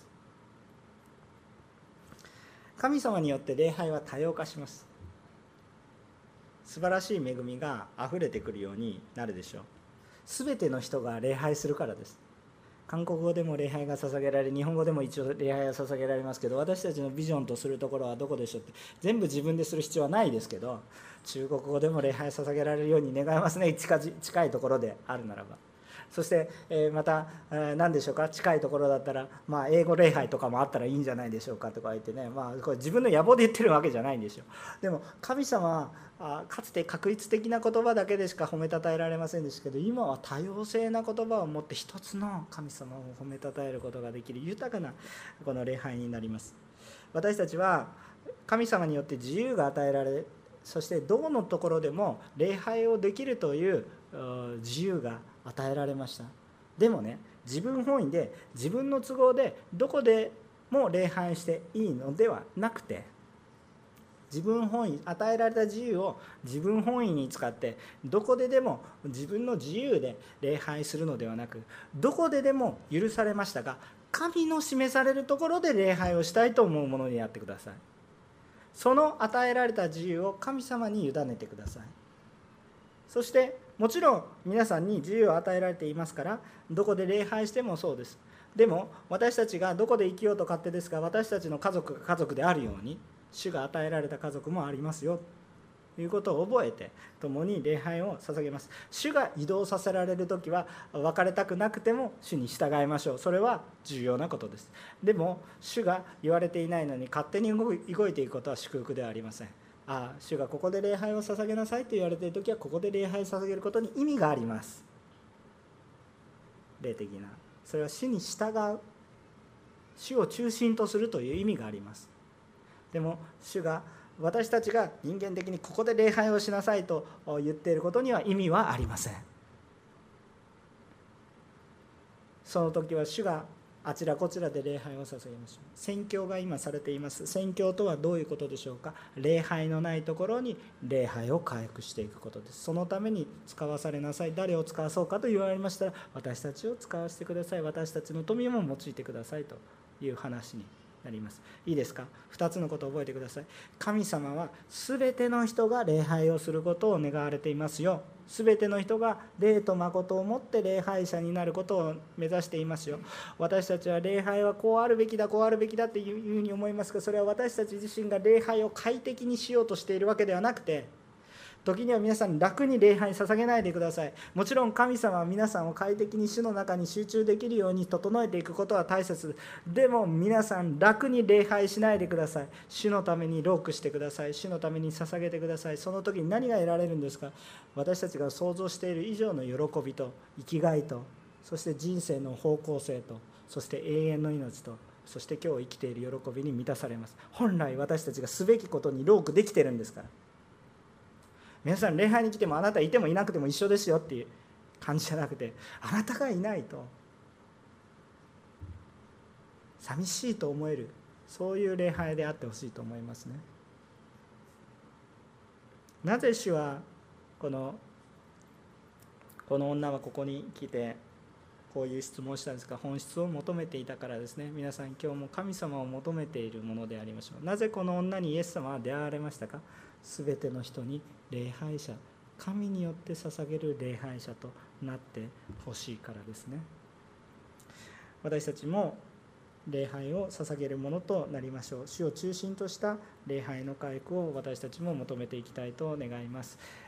神様によって礼拝は多様化します。素晴らしい恵みがあふれてくるようになるでしょう。すべての人が礼拝するからです。韓国語でも礼拝が捧げられ、日本語でも一応礼拝が捧げられますけど、私たちのビジョンとするところはどこでしょうって、全部自分でする必要はないですけど、中国語でも礼拝捧げられるように願いますね。近いところであるならば。そしてまた何でしょうか、近いところだったら、英語礼拝とかもあったらいいんじゃないでしょうかとか言ってね、これ自分の野望で言ってるわけじゃないんですよ。でも神様はかつて確率的な言葉だけでしか褒めたたえられませんでしたけど、今は多様性な言葉を持って一つの神様を褒めたたえることができる豊かなこの礼拝になります。私たちは神様によって自由が与えられ、そしてどのところでも礼拝をできるという自由が与えられました。でもね、自分本位で自分の都合でどこでも礼拝していいのではなくて、自分本位、与えられた自由を自分本位に使って、どこででも自分の自由で礼拝するのではなく、どこででも許されましたが神の示されるところで礼拝をしたいと思うものにやってください。その与えられた自由を神様に委ねてください。そしてもちろん皆さんに自由を与えられていますから、どこで礼拝してもそうです。でも私たちがどこで生きようと勝手ですが、私たちの家族が家族であるように、主が与えられた家族もありますよということを覚えて、共に礼拝を捧げます。主が移動させられるときは別れたくなくても主に従いましょう。それは重要なことです。でも主が言われていないのに勝手に動いていくことは祝福ではありません。主がここで礼拝を捧げなさいと言われているときは、ここで礼拝を捧げることに意味があります。霊的な、それは主に従う、主を中心とするという意味があります。でも主が、私たちが人間的にここで礼拝をしなさいと言っていることには意味はありません。その時は主があちらこちらで礼拝を捧げましょう。宣教が今されています。宣教とはどういうことでしょうか。礼拝のないところに礼拝を回復していくことです。そのために使わされなさい。誰を使わそうかと言われましたら、私たちを使わせてください。私たちの富も用いてくださいという話になります。いいですか。2つのことを覚えてください。神様は全ての人が礼拝をすることを願われていますよ。全ての人が霊と誠をもって礼拝者になることを目指していますよ。私たちは礼拝はこうあるべきだこうあるべきだっていうふうに思いますが、それは私たち自身が礼拝を快適にしようとしているわけではなくて、時には皆さん楽に礼拝捧げないでください。もちろん神様は皆さんを快適に主の中に集中できるように整えていくことは大切でも、皆さん楽に礼拝しないでください。主のために労苦してください。主のために捧げてください。その時に何が得られるんですか。私たちが想像している以上の喜びと生きがいと、そして人生の方向性と、そして永遠の命と、そして今日生きている喜びに満たされます。本来私たちがすべきことに労苦できてるんですから。皆さん礼拝に来てもあなたいてもいなくても一緒ですよっていう感じじゃなくて、あなたがいないと寂しいと思える、そういう礼拝であってほしいと思いますね。なぜ主はこの女はここに来てこういう質問をしたんですか。本質を求めていたからですね。皆さん今日も神様を求めているものでありましょう。なぜこの女にイエス様は出会われましたか。すべての人に礼拝者、神によって捧げる礼拝者となってほしいからですね。私たちも礼拝を捧げるものとなりましょう。主を中心とした礼拝の回復を私たちも求めていきたいと願います。